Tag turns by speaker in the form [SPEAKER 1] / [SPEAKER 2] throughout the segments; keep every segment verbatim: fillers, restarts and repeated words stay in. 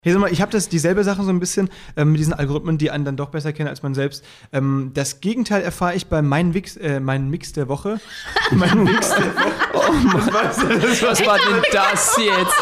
[SPEAKER 1] Hey, sag mal, ich habe das dieselbe Sache so ein bisschen ähm, mit diesen Algorithmen, die einen dann doch besser kennen als man selbst. Ähm, das Gegenteil erfahre ich bei meinem Mix, äh, mein Mix der Woche. mein Mix der Woche. Oh, was war, das, das, was war denn das jetzt?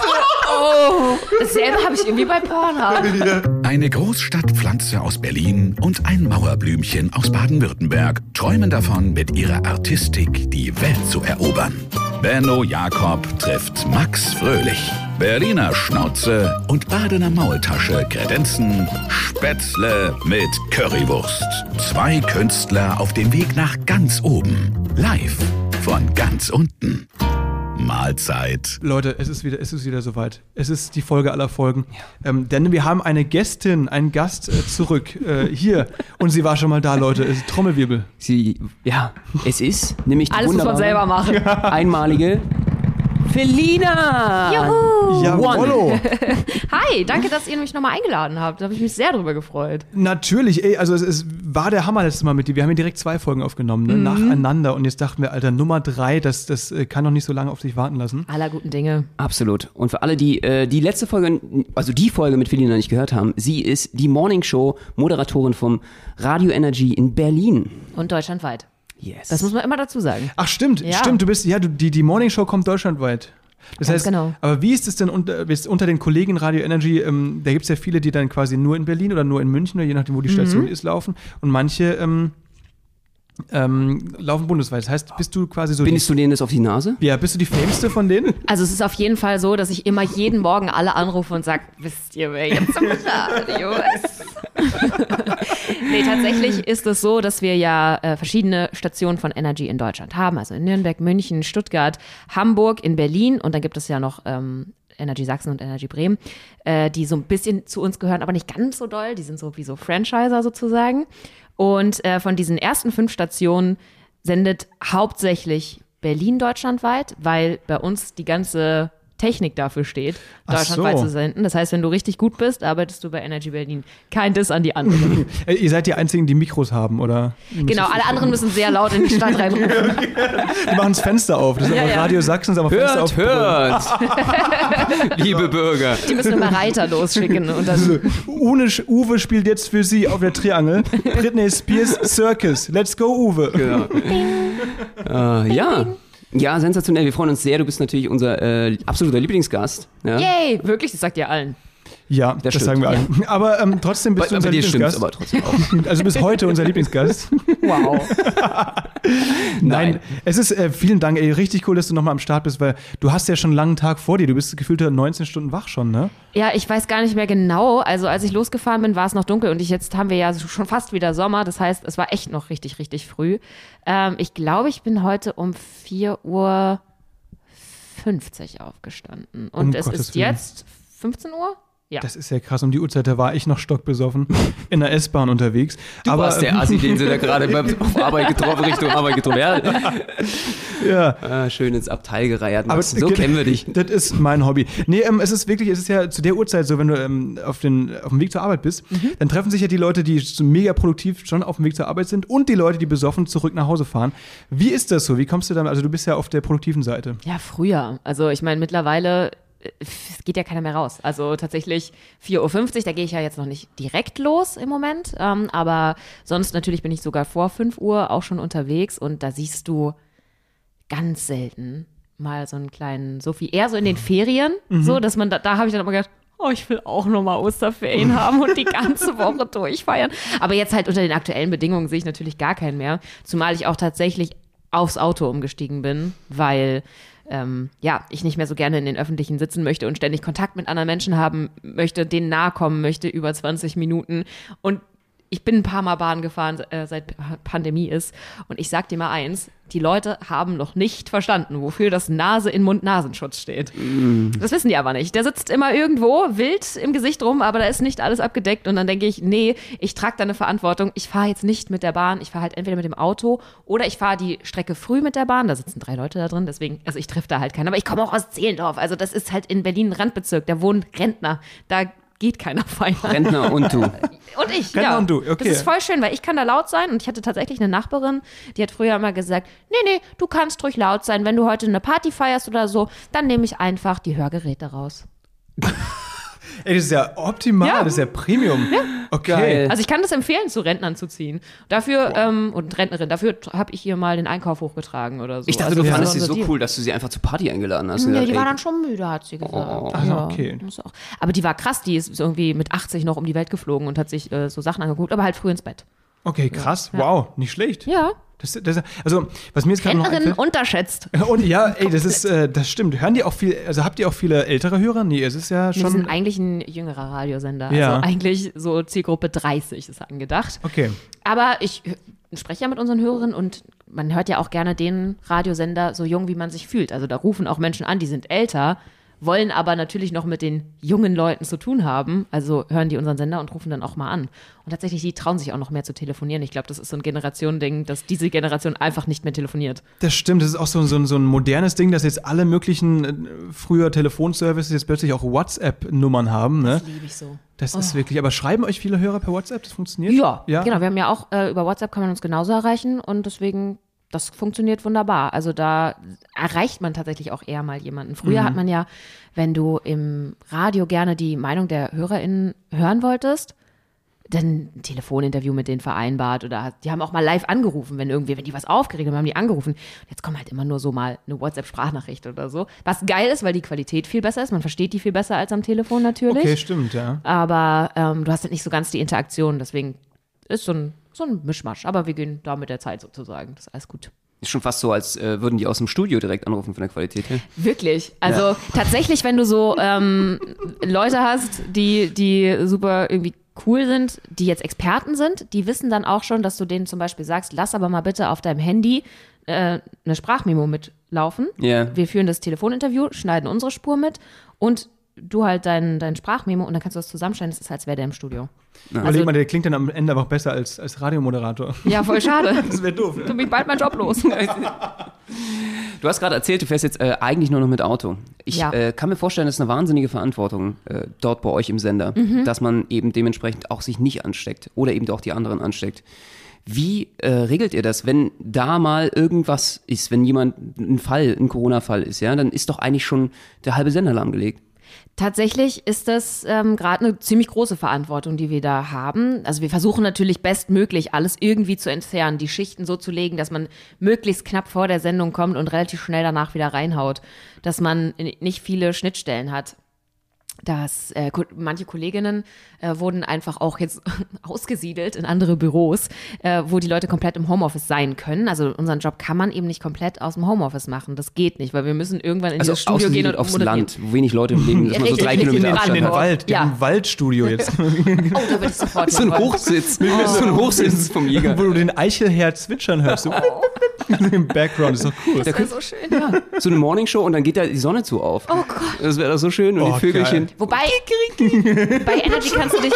[SPEAKER 2] Oh, dasselbe habe ich irgendwie bei Pornhub.
[SPEAKER 3] Eine Großstadtpflanze aus Berlin und ein Mauerblümchen aus Baden-Württemberg träumen davon, mit ihrer Artistik die Welt zu erobern. Benno Jakob trifft Max Fröhlich. Berliner Schnauze und Badener Maultasche kredenzen Spätzle mit Currywurst. Zwei Künstler auf dem Weg nach ganz oben. Live von ganz unten. Mahlzeit.
[SPEAKER 1] Leute, es ist wieder, es ist wieder soweit. Es ist die Folge aller Folgen. Ja. Ähm, denn wir haben eine Gästin, einen Gast äh, zurück äh, hier. Und sie war schon mal da, Leute. Es ist Trommelwirbel.
[SPEAKER 4] Sie, ja, es ist nämlich die
[SPEAKER 2] Alles muss man selber machen.
[SPEAKER 4] Einmalige Felina!
[SPEAKER 2] Juhu!
[SPEAKER 1] Jawollo!
[SPEAKER 2] Hi, danke, dass ihr mich nochmal eingeladen habt. Da habe ich mich sehr drüber gefreut.
[SPEAKER 1] Natürlich, ey, also es, es war der Hammer letztes Mal mit dir. Wir haben ja direkt zwei Folgen aufgenommen, ne? mhm. nacheinander. Und jetzt dachten wir, Alter, Nummer drei, das, das kann doch nicht so lange auf sich warten lassen.
[SPEAKER 2] Aller guten Dinge.
[SPEAKER 4] Absolut. Und für alle, die äh, die letzte Folge, also die Folge mit Felina nicht gehört haben, sie ist die Morningshow-Moderatorin vom Radio Energy in Berlin.
[SPEAKER 2] Und deutschlandweit.
[SPEAKER 4] Yes.
[SPEAKER 2] Das muss man immer dazu sagen.
[SPEAKER 1] Ach stimmt,
[SPEAKER 2] ja.
[SPEAKER 1] stimmt, du bist, ja, du, die, die Morning Show kommt deutschlandweit. Das
[SPEAKER 2] Ganz
[SPEAKER 1] heißt,
[SPEAKER 2] genau.
[SPEAKER 1] Aber wie ist es denn unter, ist unter den Kollegen Radio Energy, ähm, da gibt es ja viele, die dann quasi nur in Berlin oder nur in München oder je nachdem, wo die Station mhm. ist, laufen und manche ähm, ähm, laufen bundesweit. Das heißt, bist du quasi so...
[SPEAKER 4] Bindest du denen das auf die Nase?
[SPEAKER 1] Ja, bist du die Fameste von denen?
[SPEAKER 2] Also es ist auf jeden Fall so, dass ich immer jeden Morgen alle anrufe und sage, wisst ihr, wer jetzt im Radio ist? Nee, tatsächlich ist es so, dass wir ja äh, verschiedene Stationen von Energy in Deutschland haben. Also in Nürnberg, München, Stuttgart, Hamburg, in Berlin und dann gibt es ja noch ähm, Energy Sachsen und Energy Bremen, äh, die so ein bisschen zu uns gehören, aber nicht ganz so doll. Die sind so wie so Franchiser sozusagen. Und äh, von diesen ersten fünf Stationen sendet hauptsächlich Berlin deutschlandweit, weil bei uns die ganze Technik dafür steht, deutschlandweit so. zu senden. Das heißt, wenn du richtig gut bist, arbeitest du bei Energy Berlin. Kein Diss an die anderen.
[SPEAKER 1] Ihr seid die Einzigen, die Mikros haben, oder?
[SPEAKER 2] Genau, alle anderen müssen sehr laut in die Stadt reinrufen.
[SPEAKER 1] Die machen das Fenster auf. Das ist
[SPEAKER 2] ja,
[SPEAKER 1] aber
[SPEAKER 2] ja.
[SPEAKER 1] Radio Sachsen, aber
[SPEAKER 4] hört,
[SPEAKER 1] Fenster auf.
[SPEAKER 4] Hört, liebe Bürger.
[SPEAKER 2] Die müssen immer Reiter losschicken. Und dann
[SPEAKER 1] Uwe, Uwe spielt jetzt für Sie auf der Triangel. Britney Spears Circus. Let's go, Uwe.
[SPEAKER 4] Genau. uh, ja. Ja, sensationell. Wir freuen uns sehr. Du bist natürlich unser äh, absoluter Lieblingsgast. Ja?
[SPEAKER 2] Yay, wirklich, das sagt ihr allen.
[SPEAKER 1] Ja, das, das sagen wir alle. Ja. Aber ähm, trotzdem bist bei, du unser Lieblingsgast.
[SPEAKER 4] Aber trotzdem auch.
[SPEAKER 1] Also bis heute unser Lieblingsgast.
[SPEAKER 2] Wow.
[SPEAKER 1] Nein. Nein, es ist, äh, vielen Dank, ey, richtig cool, dass du nochmal am Start bist, weil du hast ja schon einen langen Tag vor dir. Du bist gefühlt neunzehn Stunden wach schon, ne?
[SPEAKER 2] Ja, ich weiß gar nicht mehr genau. Also als ich losgefahren bin, war es noch dunkel und ich, jetzt haben wir ja schon fast wieder Sommer. Das heißt, es war echt noch richtig, richtig früh. Ähm, ich glaube, ich bin heute um vier Uhr fünfzig aufgestanden. Und
[SPEAKER 1] um
[SPEAKER 2] es
[SPEAKER 1] Gottes
[SPEAKER 2] ist
[SPEAKER 1] Willen.
[SPEAKER 2] Jetzt fünfzehn Uhr? Ja.
[SPEAKER 1] Das ist ja krass. Um die Uhrzeit, da war ich noch stockbesoffen in der S-Bahn unterwegs.
[SPEAKER 4] Du
[SPEAKER 1] aber,
[SPEAKER 4] warst der Assi, den sie da gerade auf Arbeit getroffen, Richtung Arbeit getroffen. Ja.
[SPEAKER 1] ja.
[SPEAKER 4] Ah, schön ins Abteil gereiert.
[SPEAKER 1] Aber
[SPEAKER 4] so kennen wir dich.
[SPEAKER 1] Das ist mein Hobby. Nee, ähm, es ist wirklich, es ist ja zu der Uhrzeit so, wenn du ähm, auf, den, auf dem Weg zur Arbeit bist, mhm. dann treffen sich ja die Leute, die so mega produktiv schon auf dem Weg zur Arbeit sind und die Leute, die besoffen zurück nach Hause fahren. Wie ist das so? Wie kommst du damit? Also du bist ja auf der produktiven Seite.
[SPEAKER 2] Ja, früher. Also ich meine, mittlerweile es geht ja keiner mehr raus. Also tatsächlich vier Uhr fünfzig, da gehe ich ja jetzt noch nicht direkt los im Moment, ähm, aber sonst natürlich bin ich sogar vor fünf Uhr auch schon unterwegs und da siehst du ganz selten mal so einen kleinen Sophie, eher so in den Ferien, mhm. so, dass man, da, da habe ich dann immer gedacht, oh, ich will auch nochmal Osterferien haben und die ganze Woche durchfeiern. Aber jetzt halt unter den aktuellen Bedingungen sehe ich natürlich gar keinen mehr, zumal ich auch tatsächlich aufs Auto umgestiegen bin, weil Ähm, ja, ich nicht mehr so gerne in den Öffentlichen sitzen möchte und ständig Kontakt mit anderen Menschen haben möchte, denen nahe kommen möchte, über zwanzig Minuten. Und ich bin ein paar Mal Bahn gefahren, äh, seit Pandemie ist. Und ich sag dir mal eins, die Leute haben noch nicht verstanden, wofür das Nase-in-Mund-Nasenschutz steht. Mm. Das wissen die aber nicht. Der sitzt immer irgendwo wild im Gesicht rum, aber da ist nicht alles abgedeckt. Und dann denke ich, nee, ich trage da eine Verantwortung. Ich fahre jetzt nicht mit der Bahn. Ich fahre halt entweder mit dem Auto oder ich fahre die Strecke früh mit der Bahn. Da sitzen drei Leute da drin, deswegen, also ich treffe da halt keinen. Aber ich komme auch aus Zehlendorf. Also das ist halt in Berlin ein Randbezirk. Da wohnen Rentner. Da geht keiner feiern.
[SPEAKER 4] Rentner und du.
[SPEAKER 2] Und ich,
[SPEAKER 1] Rentner
[SPEAKER 2] ja.
[SPEAKER 1] und du, okay.
[SPEAKER 2] Das ist voll schön, weil ich kann da laut sein und ich hatte tatsächlich eine Nachbarin, die hat früher immer gesagt, nee, nee, du kannst ruhig laut sein, wenn du heute eine Party feierst oder so, dann nehme ich einfach die Hörgeräte raus.
[SPEAKER 1] Ey, das ist ja optimal,
[SPEAKER 2] Ja.
[SPEAKER 1] das ist ja Premium. Ja. Okay.
[SPEAKER 4] Geil.
[SPEAKER 2] Also ich kann das empfehlen, zu Rentnern zu ziehen. Dafür, ähm, und Rentnerin, dafür habe ich ihr mal den Einkauf hochgetragen oder so.
[SPEAKER 4] Ich dachte,
[SPEAKER 2] also,
[SPEAKER 4] du
[SPEAKER 2] das
[SPEAKER 4] fandest
[SPEAKER 2] war
[SPEAKER 4] sie so
[SPEAKER 2] unser Deal.
[SPEAKER 4] cool, dass du sie einfach zur Party eingeladen hast.
[SPEAKER 2] Ja,
[SPEAKER 4] Und
[SPEAKER 2] die
[SPEAKER 4] gesagt,
[SPEAKER 2] war
[SPEAKER 4] ey,
[SPEAKER 2] dann schon müde, hat sie gesagt.
[SPEAKER 4] Oh.
[SPEAKER 1] Ach so, okay.
[SPEAKER 2] das auch. Aber die war krass, die ist irgendwie mit achtzig noch um die Welt geflogen und hat sich äh, so Sachen angeguckt, aber halt früh ins Bett.
[SPEAKER 1] Okay, krass. Wow, nicht schlecht.
[SPEAKER 2] Ja,
[SPEAKER 1] Das, das, also, was mir jetzt gerade noch
[SPEAKER 2] Rentnerin
[SPEAKER 1] einfällt.
[SPEAKER 2] unterschätzt.
[SPEAKER 1] Und ja, ey, das ist, äh, das stimmt. Hören die auch viel, also habt ihr auch viele ältere Hörer? Nee, es ist ja
[SPEAKER 2] Wir sind
[SPEAKER 1] schon.
[SPEAKER 2] eigentlich ein jüngerer Radiosender.
[SPEAKER 1] Ja.
[SPEAKER 2] Also eigentlich so Zielgruppe dreißig ist angedacht.
[SPEAKER 1] Okay.
[SPEAKER 2] Aber ich äh, spreche ja mit unseren Hörerinnen und man hört ja auch gerne den Radiosender so jung, wie man sich fühlt. Also da rufen auch Menschen an, die sind älter, wollen aber natürlich noch mit den jungen Leuten zu tun haben. Also hören die unseren Sender und rufen dann auch mal an. Und tatsächlich, die trauen sich auch noch mehr zu telefonieren. Ich glaube, das ist so ein Generationending, dass diese Generation einfach nicht mehr telefoniert.
[SPEAKER 1] Das stimmt, das ist auch so, so, so ein modernes Ding, dass jetzt alle möglichen äh, früher Telefonservices jetzt plötzlich auch WhatsApp-Nummern haben. Ne?
[SPEAKER 2] Das liebe ich so.
[SPEAKER 1] Das ist wirklich, aber schreiben euch viele Hörer per WhatsApp? Das funktioniert?
[SPEAKER 2] Ja,
[SPEAKER 1] ja?
[SPEAKER 2] genau. Wir haben ja auch, äh, über WhatsApp kann man uns genauso erreichen und deswegen, das funktioniert wunderbar. Also da erreicht man tatsächlich auch eher mal jemanden. Früher
[SPEAKER 1] Mhm.
[SPEAKER 2] hat man ja, wenn du im Radio gerne die Meinung der HörerInnen hören wolltest, dann ein Telefoninterview mit denen vereinbart oder die haben auch mal live angerufen, wenn irgendwie, wenn die was aufgeregt haben, haben die angerufen. Jetzt kommt halt immer nur so mal eine WhatsApp-Sprachnachricht oder so. Was geil ist, weil die Qualität viel besser ist. Man versteht die viel besser als am Telefon natürlich.
[SPEAKER 1] Okay, stimmt, ja.
[SPEAKER 2] Aber ähm, du hast halt nicht so ganz die Interaktion, deswegen ist so ein, so ein Mischmasch. Aber wir gehen da mit der Zeit sozusagen. Das ist alles gut.
[SPEAKER 4] ist schon fast so, als äh, würden die aus dem Studio direkt anrufen von der Qualität her.
[SPEAKER 2] Wirklich. Also tatsächlich, wenn du so ähm, Leute hast, die, die super irgendwie cool sind, die jetzt Experten sind, die wissen dann auch schon, dass du denen zum Beispiel sagst, lass aber mal bitte auf deinem Handy äh, eine Sprachmemo mitlaufen.
[SPEAKER 4] Ja.
[SPEAKER 2] Wir führen das Telefoninterview, schneiden unsere Spur mit und du halt dein, dein Sprachmemo und dann kannst du das zusammenschneiden. Das ist, als wäre der im Studio.
[SPEAKER 1] Überleg
[SPEAKER 2] Also-
[SPEAKER 1] mal, der klingt dann am Ende aber auch besser als, als Radiomoderator.
[SPEAKER 2] Ja, voll schade.
[SPEAKER 1] Das wäre doof.
[SPEAKER 2] Du
[SPEAKER 1] Ne?
[SPEAKER 2] bin bald mein Job los.
[SPEAKER 4] Du hast gerade erzählt, du fährst jetzt äh, eigentlich nur noch mit Auto. Ich
[SPEAKER 2] Ja.
[SPEAKER 4] äh, kann mir vorstellen, das ist eine wahnsinnige Verantwortung äh, dort bei euch im Sender,
[SPEAKER 2] Mhm.
[SPEAKER 4] dass man eben dementsprechend auch sich nicht ansteckt oder eben auch die anderen ansteckt. Wie äh, regelt ihr das, wenn da mal irgendwas ist, wenn jemand ein Fall, ein Corona-Fall ist, ja, dann ist doch eigentlich schon der halbe Sender lahmgelegt.
[SPEAKER 2] Tatsächlich ist das ähm, gerade eine ziemlich große Verantwortung, die wir da haben. Also wir versuchen natürlich bestmöglich alles irgendwie zu entfernen, die Schichten so zu legen, dass man möglichst knapp vor der Sendung kommt und relativ schnell danach wieder reinhaut, dass man nicht viele Schnittstellen hat. Dass äh, ko- manche Kolleginnen äh, wurden einfach auch jetzt ausgesiedelt in andere Büros, äh, wo die Leute komplett im Homeoffice sein können. Also unseren Job kann man eben nicht komplett aus dem Homeoffice machen. Das geht nicht, weil wir müssen irgendwann in
[SPEAKER 4] Also
[SPEAKER 2] dieses Studio gehen und
[SPEAKER 4] aufs
[SPEAKER 2] moderieren.
[SPEAKER 4] Land, wo wenig Leute leben, dass man so
[SPEAKER 2] Richtig,
[SPEAKER 4] drei
[SPEAKER 2] richtig,
[SPEAKER 4] Kilometer
[SPEAKER 2] in den
[SPEAKER 4] Abstand
[SPEAKER 1] In den
[SPEAKER 4] hat.
[SPEAKER 1] Wald,
[SPEAKER 2] Ja.
[SPEAKER 1] im Waldstudio jetzt.
[SPEAKER 2] Oh, da würde ich sofort
[SPEAKER 4] So ein
[SPEAKER 2] hinwollen.
[SPEAKER 4] Hochsitz, so ein Hochsitz vom Jäger.
[SPEAKER 1] Wo du den Eichelherr zwitschern hörst. So im Background, ist doch cool.
[SPEAKER 4] Da
[SPEAKER 2] Das wäre so schön, ja.
[SPEAKER 4] So eine Morningshow und dann geht da die Sonne zu auf.
[SPEAKER 2] Oh Gott.
[SPEAKER 4] Das wäre doch so schön und
[SPEAKER 1] Oh,
[SPEAKER 4] die Vögelchen.
[SPEAKER 1] geil.
[SPEAKER 2] Wobei, bei Energy kannst du dich.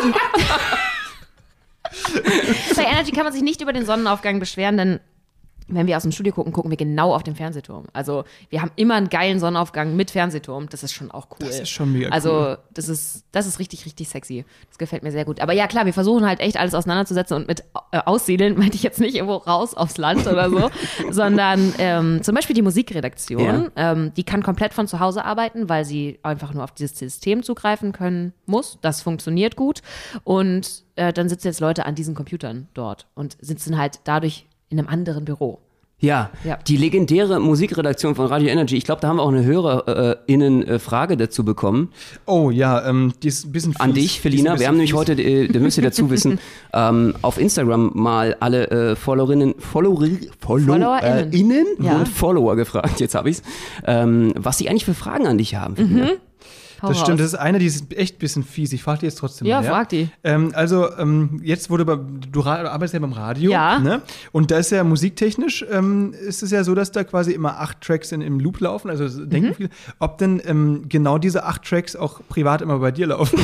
[SPEAKER 2] Bei Energy kann man sich nicht über den Sonnenaufgang beschweren, denn wenn wir aus dem Studio gucken, gucken wir genau auf den Fernsehturm. Also wir haben immer einen geilen Sonnenaufgang mit Fernsehturm. Das ist schon auch cool.
[SPEAKER 1] Das ist schon mega cool.
[SPEAKER 2] Also das ist, das ist richtig, richtig sexy. Das gefällt mir sehr gut. Aber ja, klar, wir versuchen halt echt alles auseinanderzusetzen und mit äh, Aussiedeln meinte ich jetzt nicht irgendwo raus aufs Land oder so, sondern ähm, zum Beispiel die Musikredaktion,
[SPEAKER 4] Ja.
[SPEAKER 2] ähm, die kann komplett von zu Hause arbeiten, weil sie einfach nur auf dieses System zugreifen können muss. Das funktioniert gut. Und äh, dann sitzen jetzt Leute an diesen Computern dort und sitzen halt dadurch in einem anderen Büro.
[SPEAKER 4] Ja,
[SPEAKER 2] Ja.
[SPEAKER 4] die legendäre Musikredaktion von Radio Energy. Ich glaube, da haben wir auch eine HörerInnen-Frage dazu bekommen.
[SPEAKER 1] Oh ja, ähm, die ist ein bisschen
[SPEAKER 4] An
[SPEAKER 1] fies.
[SPEAKER 4] dich,
[SPEAKER 1] Die
[SPEAKER 4] Felina.
[SPEAKER 1] ist ein
[SPEAKER 4] Wir haben nämlich
[SPEAKER 1] bisschen
[SPEAKER 4] heute, äh, da müsst ihr dazu wissen, ähm, auf Instagram mal alle äh, Followerinnen, Follower,
[SPEAKER 2] FollowerInnen.
[SPEAKER 4] FollowerInnen
[SPEAKER 2] Ja.
[SPEAKER 4] und Follower gefragt, jetzt habe ich's, ähm, was sie eigentlich für Fragen an dich haben. Felina.
[SPEAKER 2] Hau
[SPEAKER 1] Das stimmt,
[SPEAKER 2] raus.
[SPEAKER 1] das ist eine, die ist echt ein bisschen fies. Ich frage die jetzt trotzdem
[SPEAKER 2] Ja,
[SPEAKER 1] mal.
[SPEAKER 2] frag die.
[SPEAKER 1] Ähm, also, ähm, jetzt wurde bei, du ra- arbeitest ja beim Radio.
[SPEAKER 2] Ja.
[SPEAKER 1] Ne? Und da ist ja musiktechnisch, ähm, ist es ja so, dass da quasi immer acht Tracks in, im Loop laufen. Also das denken
[SPEAKER 2] Mhm.
[SPEAKER 1] viele, ob denn ähm, genau diese acht Tracks auch privat immer bei dir laufen.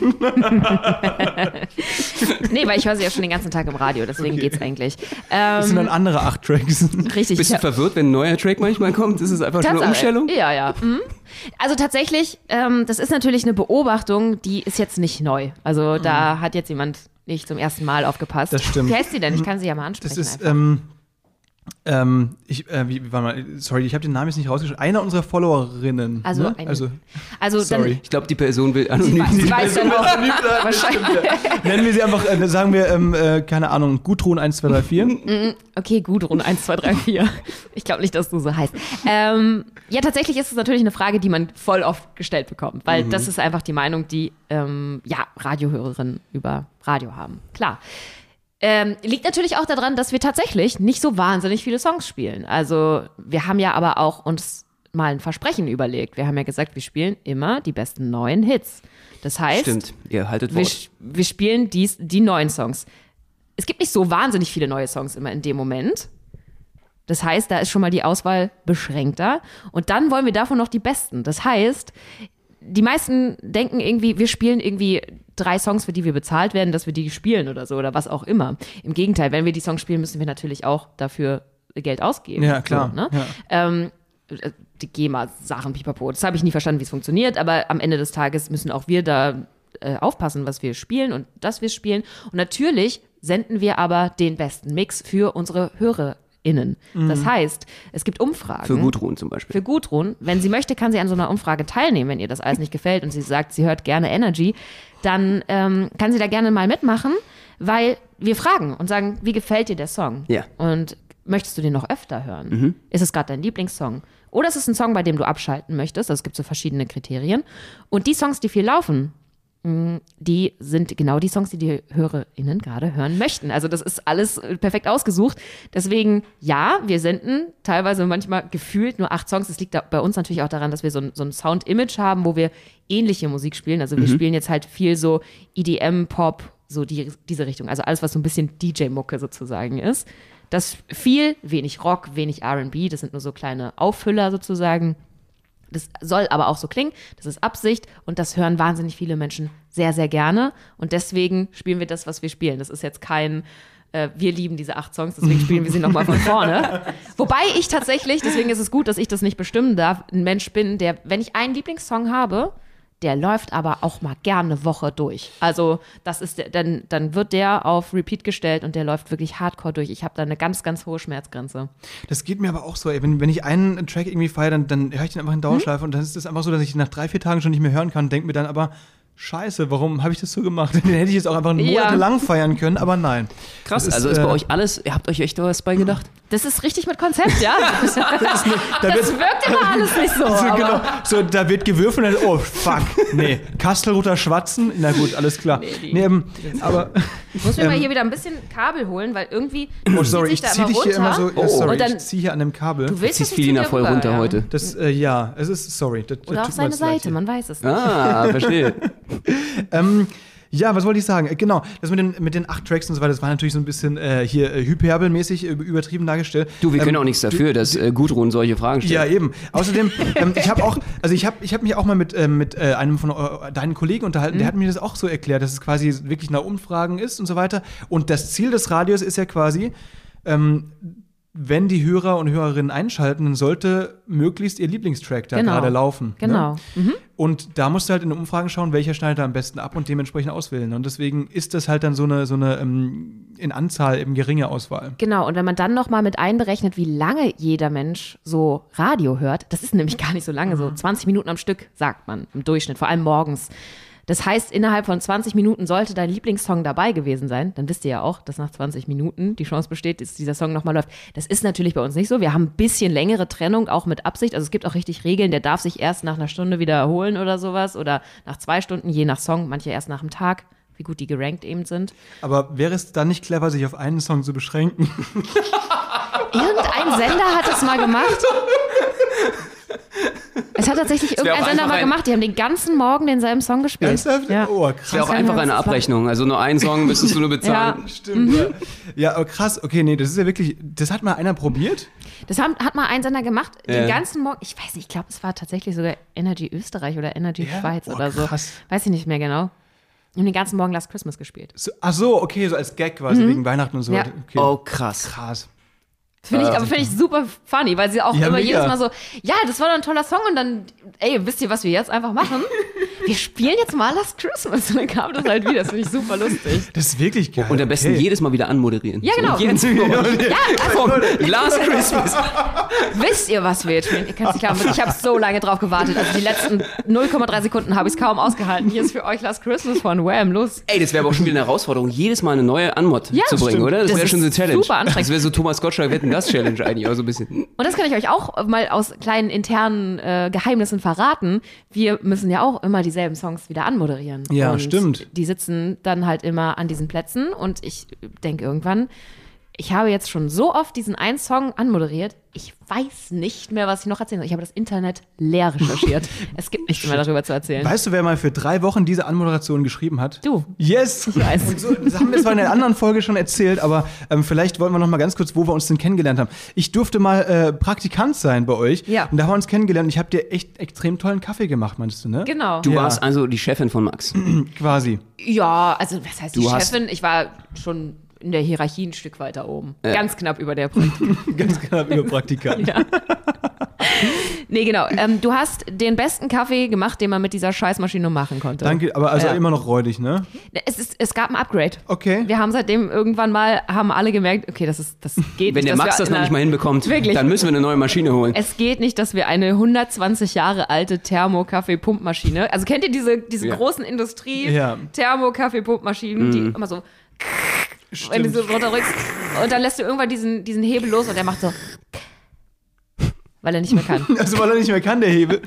[SPEAKER 2] Nee, weil ich höre sie ja schon den ganzen Tag im Radio, deswegen
[SPEAKER 1] Okay.
[SPEAKER 2] geht's eigentlich.
[SPEAKER 1] Das sind
[SPEAKER 2] Ähm,
[SPEAKER 1] dann andere acht Tracks.
[SPEAKER 2] richtig.
[SPEAKER 4] Bist du
[SPEAKER 2] ich hab-
[SPEAKER 4] verwirrt, wenn ein neuer Track manchmal kommt? Ist es einfach schon eine
[SPEAKER 2] Tatsache.
[SPEAKER 4] Umstellung?
[SPEAKER 2] Ja, ja. Mhm. Also tatsächlich, ähm, das ist natürlich eine Beobachtung, die ist jetzt nicht neu. Also da hat jetzt jemand nicht zum ersten Mal aufgepasst.
[SPEAKER 1] Das stimmt.
[SPEAKER 2] Wie heißt sie denn? Ich kann sie ja mal ansprechen.
[SPEAKER 1] Das ist,
[SPEAKER 2] einfach.
[SPEAKER 1] ähm, Ähm, ich, äh, wie, warte mal, sorry, ich habe den Namen jetzt nicht rausgeschrieben. Einer unserer Followerinnen.
[SPEAKER 2] Also,
[SPEAKER 1] ne?
[SPEAKER 2] eine,
[SPEAKER 1] also,
[SPEAKER 2] also
[SPEAKER 1] sorry.
[SPEAKER 2] dann,
[SPEAKER 4] Ich glaube, die Person will
[SPEAKER 2] sie,
[SPEAKER 4] anonym
[SPEAKER 2] weiß- sie weiß dann auch wahrscheinlich.
[SPEAKER 1] Nennen wir sie einfach, äh, sagen wir, ähm, äh, keine Ahnung, Gudrun eins zwei drei vier.
[SPEAKER 2] Okay, Gudrun eins zwei drei vier. Ich glaube nicht, dass du so heißt. Ähm, ja, tatsächlich ist es natürlich eine Frage, die man voll oft gestellt bekommt, weil
[SPEAKER 1] Mhm.
[SPEAKER 2] das ist einfach die Meinung, die ähm, ja, Radiohörerinnen über Radio haben. Klar. Ähm, liegt natürlich auch daran, dass wir tatsächlich nicht so wahnsinnig viele Songs spielen. Also wir haben ja aber auch uns mal ein Versprechen überlegt. Wir haben ja gesagt, wir spielen immer die besten neuen Hits. Das heißt,
[SPEAKER 4] Stimmt, ihr haltet
[SPEAKER 2] wir,
[SPEAKER 4] Wort.
[SPEAKER 2] wir spielen dies, die neuen Songs. Es gibt nicht so wahnsinnig viele neue Songs immer in dem Moment. Das heißt, da ist schon mal die Auswahl beschränkter. Und dann wollen wir davon noch die besten. Das heißt, die meisten denken irgendwie, wir spielen irgendwie drei Songs, für die wir bezahlt werden, dass wir die spielen oder so oder was auch immer. Im Gegenteil, wenn wir die Songs spielen, müssen wir natürlich auch dafür Geld ausgeben.
[SPEAKER 1] Ja, klar.
[SPEAKER 2] So, ne?
[SPEAKER 1] Ja.
[SPEAKER 2] Ähm, die GEMA-Sachen, pipapo. Das habe ich nie verstanden, wie es funktioniert, aber am Ende des Tages müssen auch wir da äh, aufpassen, was wir spielen und dass wir spielen. Und natürlich senden wir aber den besten Mix für unsere HörerInnen. Das heißt, es gibt Umfragen.
[SPEAKER 4] Für Gudrun zum Beispiel.
[SPEAKER 2] Für Gudrun. Wenn sie möchte, kann sie an so einer Umfrage teilnehmen, wenn ihr das alles nicht gefällt und sie sagt, sie hört gerne Energy, dann ähm, kann sie da gerne mal mitmachen, weil wir fragen und sagen, wie gefällt dir der Song?
[SPEAKER 4] Ja.
[SPEAKER 2] Und möchtest du den noch öfter hören? Ist es gerade dein Lieblingssong? Oder ist es ein Song, bei dem du abschalten möchtest? Also es gibt so verschiedene Kriterien. Und die Songs, die viel laufen, mh, die sind genau die Songs, die die HörerInnen gerade hören möchten. Also das ist alles äh, perfekt ausgesucht. Deswegen, ja, wir senden teilweise manchmal gefühlt nur acht Songs. Das liegt da bei uns natürlich auch daran, dass wir so ein, so ein Sound-Image haben, wo wir ähnliche Musik spielen. Also wir spielen jetzt halt viel so E D M, Pop, so die, diese Richtung. Also alles, was so ein bisschen D J-Mucke sozusagen ist. Das viel, wenig Rock, wenig R and B, das sind nur so kleine Auffüller sozusagen. Das soll aber auch so klingen, das ist Absicht und das hören wahnsinnig viele Menschen sehr, sehr gerne. Und deswegen spielen wir das, was wir spielen. Das ist jetzt kein, äh, wir lieben diese acht Songs, deswegen spielen wir sie nochmal von vorne. Wobei ich tatsächlich, deswegen ist es gut, dass ich das nicht bestimmen darf, ein Mensch bin, der, wenn ich einen Lieblingssong habe, der läuft aber auch mal gerne eine Woche durch. Also das ist, der- dann, dann wird der auf Repeat gestellt und der läuft wirklich hardcore durch. Ich habe da eine ganz, ganz hohe Schmerzgrenze.
[SPEAKER 1] Das geht mir aber auch so, ey. Wenn, wenn ich einen Track irgendwie feiere, dann, dann höre ich den einfach in Dauerschleife und dann ist es einfach so, dass ich nach drei, vier Tagen schon nicht mehr hören kann und denke mir dann aber, scheiße, warum habe ich das so gemacht? Den hätte ich jetzt auch einfach
[SPEAKER 2] Ja.
[SPEAKER 1] monatelang feiern können, aber nein.
[SPEAKER 4] Krass,
[SPEAKER 1] Das ist,
[SPEAKER 4] also ist bei
[SPEAKER 1] äh,
[SPEAKER 4] euch alles, ihr habt euch echt was bei gedacht?
[SPEAKER 2] Das ist richtig mit Konzept, ja? Das,
[SPEAKER 1] Da
[SPEAKER 2] das
[SPEAKER 1] wird,
[SPEAKER 2] wirkt immer alles nicht so.
[SPEAKER 1] so,
[SPEAKER 2] aber
[SPEAKER 1] genau, so, da wird gewürfelt und dann, oh, fuck, nee, Kastelruther Schwatzen, na gut, alles klar.
[SPEAKER 2] Nee, die-
[SPEAKER 1] Nee, ähm, aber,
[SPEAKER 2] Ich muss mir mal
[SPEAKER 1] ähm,
[SPEAKER 2] hier wieder ein bisschen Kabel holen, weil irgendwie
[SPEAKER 1] oh, sorry,
[SPEAKER 2] zieht
[SPEAKER 1] ich
[SPEAKER 2] sich
[SPEAKER 1] zieh
[SPEAKER 2] da
[SPEAKER 1] dich
[SPEAKER 2] immer
[SPEAKER 1] hier immer
[SPEAKER 2] runter.
[SPEAKER 1] so, ja, sorry,
[SPEAKER 2] Und dann-
[SPEAKER 1] ich zieh hier an dem Kabel.
[SPEAKER 2] Du willst,
[SPEAKER 4] Ziehst
[SPEAKER 2] dass ich
[SPEAKER 4] Filina
[SPEAKER 2] zu dir
[SPEAKER 4] voll
[SPEAKER 2] rüber,
[SPEAKER 4] runter
[SPEAKER 2] ja.
[SPEAKER 4] heute.
[SPEAKER 1] Das, äh, ja, es ist, sorry. Das,
[SPEAKER 2] Oder
[SPEAKER 1] das
[SPEAKER 2] auf
[SPEAKER 1] tut mir
[SPEAKER 2] seine
[SPEAKER 1] jetzt leid
[SPEAKER 2] Seite,
[SPEAKER 1] hier.
[SPEAKER 2] man weiß es nicht.
[SPEAKER 4] Ah, verstehe.
[SPEAKER 1] Ähm, ja, was wollte ich sagen? Äh, Genau, das mit den, mit den acht Tracks und so weiter, das war natürlich so ein bisschen äh, hier äh, hyperbelmäßig äh, übertrieben dargestellt.
[SPEAKER 4] Du, wir können
[SPEAKER 1] Ähm,
[SPEAKER 4] auch nichts dafür, dass äh, Gudrun solche Fragen
[SPEAKER 1] Ja,
[SPEAKER 4] stellt.
[SPEAKER 1] eben. Außerdem, ähm, ich habe auch, also ich habe ich hab mich auch mal mit, ähm, mit äh, einem von äh, deinen Kollegen unterhalten, der hat mir das auch so erklärt, dass es quasi wirklich nach Umfragen ist und so weiter. Und das Ziel des Radios ist ja quasi, ähm, wenn die Hörer und Hörerinnen einschalten, dann sollte möglichst ihr Lieblingstrack da
[SPEAKER 2] Genau.
[SPEAKER 1] gerade laufen.
[SPEAKER 2] Genau.
[SPEAKER 1] Ne? Und da musst du halt in den Umfragen schauen, welcher schneidet da am besten ab und dementsprechend auswählen. Und deswegen ist das halt dann so eine, so eine ähm, in Anzahl eben geringe Auswahl.
[SPEAKER 2] Genau, und wenn man dann nochmal mit einberechnet, wie lange jeder Mensch so Radio hört, das ist nämlich gar nicht so lange, so zwanzig Minuten am Stück, sagt man im Durchschnitt, vor allem morgens. Das heißt, innerhalb von zwanzig Minuten sollte dein Lieblingssong dabei gewesen sein. Dann wisst ihr ja auch, dass nach zwanzig Minuten die Chance besteht, dass dieser Song nochmal läuft. Das ist natürlich bei uns nicht so. Wir haben ein bisschen längere Trennung, auch mit Absicht. Also es gibt auch richtig Regeln, der darf sich erst nach einer Stunde wiederholen oder sowas. Oder nach zwei Stunden, je nach Song, manche erst nach einem Tag, wie gut die gerankt eben sind.
[SPEAKER 1] Aber wäre es dann nicht clever, sich auf einen Song zu beschränken?
[SPEAKER 2] Irgendein Sender hat es mal gemacht. Es hat tatsächlich
[SPEAKER 4] wär
[SPEAKER 2] irgendein
[SPEAKER 4] auch
[SPEAKER 2] Sender
[SPEAKER 4] einfach
[SPEAKER 2] mal
[SPEAKER 4] ein-
[SPEAKER 2] gemacht. Die haben den ganzen Morgen denselben Song gespielt.
[SPEAKER 1] Ernsthaft?
[SPEAKER 2] Ja.
[SPEAKER 1] Oh,
[SPEAKER 4] Das
[SPEAKER 1] krass.
[SPEAKER 4] wäre auch
[SPEAKER 2] kann
[SPEAKER 4] einfach
[SPEAKER 2] man
[SPEAKER 4] eine
[SPEAKER 2] so sagen.
[SPEAKER 4] Abrechnung. Also nur einen Song müsstest du nur bezahlen.
[SPEAKER 2] Ja.
[SPEAKER 1] Stimmt, ja. Ja, aber krass. Okay, nee, das ist ja wirklich, das hat mal einer probiert?
[SPEAKER 2] Das haben, hat mal ein Sender gemacht,
[SPEAKER 4] Ja.
[SPEAKER 2] den ganzen Morgen, ich weiß nicht, ich glaube, es war tatsächlich sogar Energy Österreich oder Energy
[SPEAKER 1] Ja?
[SPEAKER 2] Schweiz
[SPEAKER 1] Oh,
[SPEAKER 2] oder so.
[SPEAKER 1] krass.
[SPEAKER 2] Weiß ich nicht mehr genau. Und den ganzen Morgen Last Christmas gespielt.
[SPEAKER 1] So, ach so, okay, so als Gag quasi, wegen Weihnachten und so
[SPEAKER 2] Ja.
[SPEAKER 1] weiter. Okay.
[SPEAKER 4] Oh, krass.
[SPEAKER 1] Krass.
[SPEAKER 2] Finde ich, aber finde ich super funny, weil sie auch
[SPEAKER 1] Ja,
[SPEAKER 2] immer
[SPEAKER 1] mega.
[SPEAKER 2] jedes Mal so, ja, das war doch ein toller Song und dann, ey, wisst ihr, was wir jetzt einfach machen? Wir spielen jetzt mal Last Christmas und dann kam das halt wieder, das finde ich super lustig.
[SPEAKER 1] Das ist wirklich geil.
[SPEAKER 4] Und am besten
[SPEAKER 1] okay.
[SPEAKER 4] jedes Mal wieder anmoderieren.
[SPEAKER 2] Ja, genau.
[SPEAKER 4] So, jetzt
[SPEAKER 2] Ja, also,
[SPEAKER 4] Last Christmas.
[SPEAKER 2] wisst ihr, was wir jetzt spielen? Ihr könnt es nicht glauben, ich habe so lange drauf gewartet, also die letzten null Komma drei Sekunden habe ich es kaum ausgehalten. Hier ist für euch Last Christmas von Wham, los.
[SPEAKER 4] Ey, das wäre aber auch schon wieder eine Herausforderung, jedes Mal eine neue Anmod
[SPEAKER 2] Ja,
[SPEAKER 4] zu bringen,
[SPEAKER 1] stimmt.
[SPEAKER 4] oder? Das,
[SPEAKER 2] Das
[SPEAKER 4] wäre
[SPEAKER 2] ist
[SPEAKER 4] schon so eine Challenge.
[SPEAKER 2] super anstrengend.
[SPEAKER 4] Das wäre so Thomas Gottschalk Wetten, das Challenge eigentlich auch so ein bisschen.
[SPEAKER 2] Und das kann ich euch auch mal aus kleinen internen äh, Geheimnissen verraten. Wir müssen ja auch immer dieselben Songs wieder anmoderieren.
[SPEAKER 1] Ja,
[SPEAKER 2] und
[SPEAKER 1] stimmt.
[SPEAKER 2] Die sitzen dann halt immer an diesen Plätzen und ich denke irgendwann, ich habe jetzt schon so oft diesen einen Song anmoderiert, ich weiß nicht mehr, was ich noch erzählen soll. Ich habe das Internet leer recherchiert. Es gibt nichts mehr darüber zu erzählen.
[SPEAKER 1] Weißt du, wer mal für drei Wochen diese Anmoderation geschrieben hat?
[SPEAKER 2] Du.
[SPEAKER 1] Yes!
[SPEAKER 2] Ich weiß.
[SPEAKER 1] Und so, das haben wir zwar in einer anderen Folge schon erzählt, aber ähm, vielleicht wollen wir noch mal ganz kurz, wo wir uns denn kennengelernt haben. Ich durfte mal äh, Praktikant sein bei euch.
[SPEAKER 2] Ja.
[SPEAKER 1] Und da haben wir uns kennengelernt und ich habe dir echt extrem tollen Kaffee gemacht, meinst du, ne?
[SPEAKER 2] Genau.
[SPEAKER 4] Du
[SPEAKER 1] Ja.
[SPEAKER 4] warst also die Chefin von Max.
[SPEAKER 1] Quasi.
[SPEAKER 2] Ja, also was heißt die
[SPEAKER 4] Du hast-
[SPEAKER 2] Chefin? Ich war schon in der Hierarchie ein Stück weiter oben. Ganz knapp über der Praktik.
[SPEAKER 1] Ganz knapp über Praktikant.
[SPEAKER 2] Ja. Nee, genau. Ähm, du hast den besten Kaffee gemacht, den man mit dieser Scheißmaschine machen konnte.
[SPEAKER 1] Danke, aber also
[SPEAKER 2] Ja.
[SPEAKER 1] immer noch räudig, ne?
[SPEAKER 2] Es, ist, es gab ein Upgrade.
[SPEAKER 1] Okay.
[SPEAKER 2] Wir haben seitdem irgendwann mal, haben alle gemerkt, okay, das, ist, das geht
[SPEAKER 4] Wenn
[SPEAKER 2] nicht.
[SPEAKER 4] der
[SPEAKER 2] dass
[SPEAKER 4] Max
[SPEAKER 2] wir
[SPEAKER 4] das noch
[SPEAKER 2] in
[SPEAKER 4] nicht mal
[SPEAKER 2] einer-
[SPEAKER 4] hinbekommt,
[SPEAKER 2] Wirklich.
[SPEAKER 4] dann müssen wir eine neue Maschine holen.
[SPEAKER 2] Es geht nicht, dass wir eine hundertzwanzig Jahre alte Thermo-Kaffee-Pumpmaschine, also kennt ihr diese, diese
[SPEAKER 4] Ja.
[SPEAKER 2] großen
[SPEAKER 1] Ja.
[SPEAKER 2] Industrie-Thermo-Kaffee-Pumpmaschinen, die immer so, wenn du so runterrückst und dann lässt du irgendwann diesen, diesen Hebel los und der macht so, weil er nicht mehr kann.
[SPEAKER 1] Also weil er nicht mehr kann, der Hebel.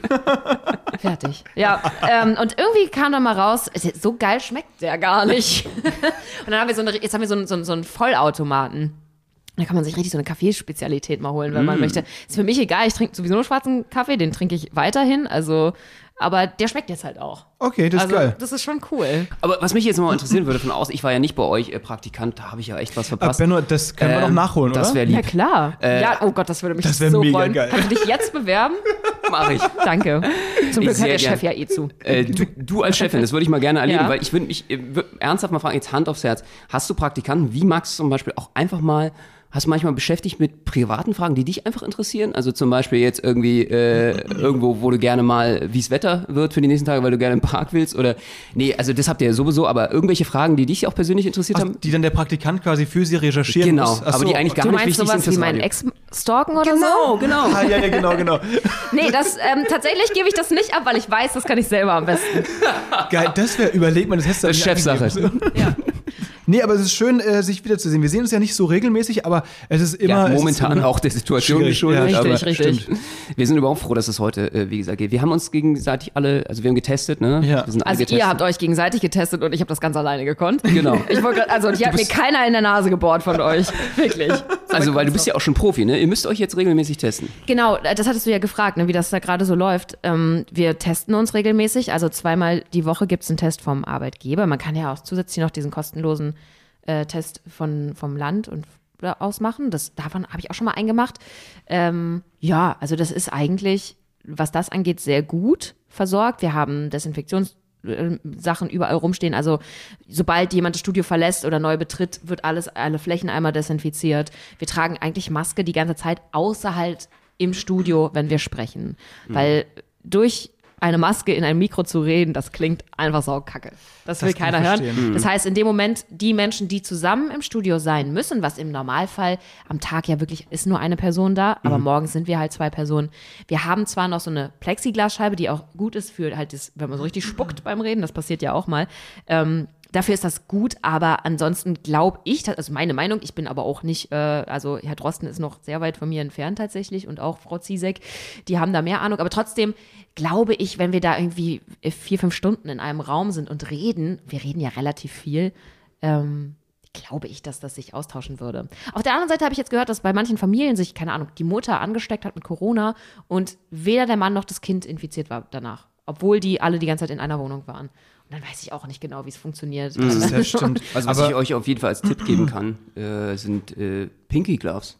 [SPEAKER 2] Fertig. Ja, ähm, und irgendwie kam dann mal raus, so geil schmeckt der gar nicht. Und dann haben wir so eine, jetzt haben wir so einen, so einen, so einen Vollautomaten. Da kann man sich richtig so eine Kaffeespezialität mal holen, wenn man möchte. Ist für mich egal, ich trinke sowieso nur schwarzen Kaffee, den trinke ich weiterhin, also, aber der schmeckt jetzt halt auch.
[SPEAKER 1] Okay, das ist
[SPEAKER 2] Also,
[SPEAKER 1] geil.
[SPEAKER 2] das ist schon cool.
[SPEAKER 4] Aber was mich jetzt mal interessieren würde von außen, ich war ja nicht bei euch äh, Praktikant, da habe ich ja echt was
[SPEAKER 1] Aber
[SPEAKER 4] verpasst.
[SPEAKER 1] Benno, das können wir noch
[SPEAKER 4] Ähm,
[SPEAKER 1] nachholen,
[SPEAKER 4] Das
[SPEAKER 1] oder?
[SPEAKER 4] wäre
[SPEAKER 2] Ja,
[SPEAKER 4] lieb.
[SPEAKER 2] klar.
[SPEAKER 4] Äh,
[SPEAKER 2] ja, oh Gott, das würde mich
[SPEAKER 1] das wär
[SPEAKER 2] so
[SPEAKER 1] mega
[SPEAKER 2] freuen.
[SPEAKER 1] geil.
[SPEAKER 2] Kannst du dich jetzt bewerben?
[SPEAKER 4] Mach ich.
[SPEAKER 2] Danke. Zum Glück
[SPEAKER 4] sehr
[SPEAKER 2] hört der
[SPEAKER 4] gern.
[SPEAKER 2] Chef ja eh zu.
[SPEAKER 4] Äh, du, du als Chefin, das würde ich mal gerne erleben,
[SPEAKER 2] Ja.
[SPEAKER 4] weil ich würde mich äh, würd ernsthaft mal fragen, jetzt Hand aufs Herz, hast du Praktikanten wie Max zum Beispiel auch einfach mal, hast du manchmal beschäftigt mit privaten Fragen, die dich einfach interessieren? Also zum Beispiel jetzt irgendwie äh, irgendwo, wo du gerne mal, wie es Wetter wird für die nächsten Tage, weil du gerne im Park willst oder, nee, also das habt ihr ja sowieso, aber irgendwelche Fragen, die dich auch persönlich interessiert
[SPEAKER 1] Ach,
[SPEAKER 4] haben?
[SPEAKER 1] die dann der Praktikant quasi für sie recherchieren
[SPEAKER 4] Genau,
[SPEAKER 1] muss. Ach
[SPEAKER 4] aber
[SPEAKER 1] so.
[SPEAKER 4] die eigentlich gar
[SPEAKER 2] Du
[SPEAKER 4] nicht
[SPEAKER 2] meinst
[SPEAKER 4] wichtig sind
[SPEAKER 2] sowas
[SPEAKER 4] fürs
[SPEAKER 2] wie meinen
[SPEAKER 4] Radio.
[SPEAKER 2] Ex stalken oder so?
[SPEAKER 4] Genau, genau.
[SPEAKER 1] Ah, ja, ja, genau, genau.
[SPEAKER 2] Nee, das, ähm, tatsächlich gebe ich das nicht ab, weil ich weiß, das kann ich selber am besten.
[SPEAKER 1] Geil, das wäre, überleg mal, das hättest du
[SPEAKER 4] Das ist
[SPEAKER 1] nicht
[SPEAKER 4] Chefsache.
[SPEAKER 1] angegeben.
[SPEAKER 2] Ja.
[SPEAKER 1] Nee, aber es ist schön, äh, sich wiederzusehen. Wir sehen uns ja nicht so regelmäßig, aber es ist immer.
[SPEAKER 4] Ja,
[SPEAKER 1] es ist
[SPEAKER 4] momentan
[SPEAKER 1] immer
[SPEAKER 4] auch der Situation
[SPEAKER 1] schwierig.
[SPEAKER 4] geschuldet.
[SPEAKER 1] Ja,
[SPEAKER 4] aber
[SPEAKER 2] richtig, richtig.
[SPEAKER 1] Stimmt.
[SPEAKER 4] Wir sind überhaupt froh, dass es heute, äh, wie gesagt, geht. Wir haben uns gegenseitig alle, also wir haben getestet, ne?
[SPEAKER 1] Ja.
[SPEAKER 4] Wir sind alle
[SPEAKER 2] Also
[SPEAKER 4] getestet.
[SPEAKER 2] ihr habt euch gegenseitig getestet und ich habe das ganz alleine gekonnt.
[SPEAKER 4] Genau.
[SPEAKER 2] Ich wollte grad, also hier hat mir keiner in der Nase gebohrt von euch. Wirklich.
[SPEAKER 4] Also, weil du bist ja auch schon Profi, ne? Ihr müsst euch jetzt regelmäßig testen.
[SPEAKER 2] Genau, das hattest du ja gefragt, ne, wie das da gerade so läuft. Ähm, wir testen uns regelmäßig, also zweimal die Woche gibt es einen Test vom Arbeitgeber. Man kann ja auch zusätzlich noch diesen kostenlosen äh, Test von, vom Land und aus machen. Das, davon habe ich auch schon mal eingemacht. Ähm, ja, also das ist eigentlich, was das angeht, sehr gut versorgt. Wir haben Desinfektions Sachen überall rumstehen. Also sobald jemand das Studio verlässt oder neu betritt, wird alles, alle Flächen einmal desinfiziert. Wir tragen eigentlich Maske die ganze Zeit, außer halt im Studio, wenn wir sprechen. Mhm. Weil durch eine Maske in ein Mikro zu reden, das klingt einfach saukacke. Das will
[SPEAKER 1] Das kann
[SPEAKER 2] keiner
[SPEAKER 1] ich
[SPEAKER 2] hören.
[SPEAKER 1] verstehen.
[SPEAKER 2] Das heißt, in dem Moment, die Menschen, die zusammen im Studio sein müssen, was im Normalfall am Tag ja wirklich ist nur eine Person da, aber morgens sind wir halt zwei Personen. Wir haben zwar noch so eine Plexiglasscheibe, die auch gut ist für halt das, wenn man so richtig spuckt beim Reden, das passiert ja auch mal. Ähm, Dafür ist das gut, aber ansonsten glaube ich, also meine Meinung, ich bin aber auch nicht, äh, also Herr Drosten ist noch sehr weit von mir entfernt tatsächlich und auch Frau Ziesek, die haben da mehr Ahnung, aber trotzdem glaube ich, wenn wir da irgendwie vier, fünf Stunden in einem Raum sind und reden, wir reden ja relativ viel, ähm, glaube ich, dass das sich austauschen würde. Auf der anderen Seite habe ich jetzt gehört, dass bei manchen Familien sich, keine Ahnung, die Mutter angesteckt hat mit Corona und weder der Mann noch das Kind infiziert war danach, obwohl die alle die ganze Zeit in einer Wohnung waren. Und dann weiß ich auch nicht genau, wie es funktioniert.
[SPEAKER 1] Das ist ja stimmt.
[SPEAKER 4] Also was
[SPEAKER 1] Aber
[SPEAKER 4] ich euch auf jeden Fall als Tipp geben kann, äh, sind äh, Pinky Gloves.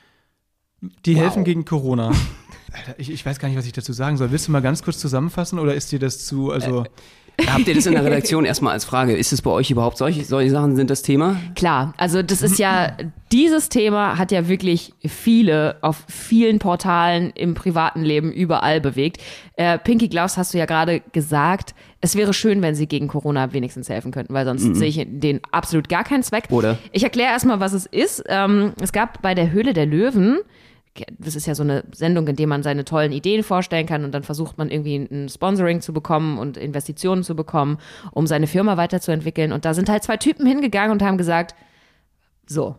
[SPEAKER 1] die helfen gegen Corona. Alter, ich, ich weiß gar nicht, was ich dazu sagen soll. Willst du mal ganz kurz zusammenfassen oder ist dir das zu, also...
[SPEAKER 4] Habt ihr das in der Redaktion erstmal als Frage? Ist es bei euch überhaupt solche, solche Sachen sind das Thema?
[SPEAKER 2] Klar, also das ist ja, dieses Thema hat ja wirklich viele auf vielen Portalen im privaten Leben überall bewegt. Äh, Pinky Gloves hast du ja gerade gesagt, es wäre schön, wenn sie gegen Corona wenigstens helfen könnten, weil sonst mhm. sehe ich den absolut gar keinen Zweck.
[SPEAKER 4] Oder?
[SPEAKER 2] Ich erkläre erstmal, was es ist. Ähm, es gab bei der Höhle der Löwen, das ist ja so eine Sendung, in der man seine tollen Ideen vorstellen kann und dann versucht man irgendwie ein Sponsoring zu bekommen und Investitionen zu bekommen, um seine Firma weiterzuentwickeln. Und da sind halt zwei Typen hingegangen und haben gesagt, so,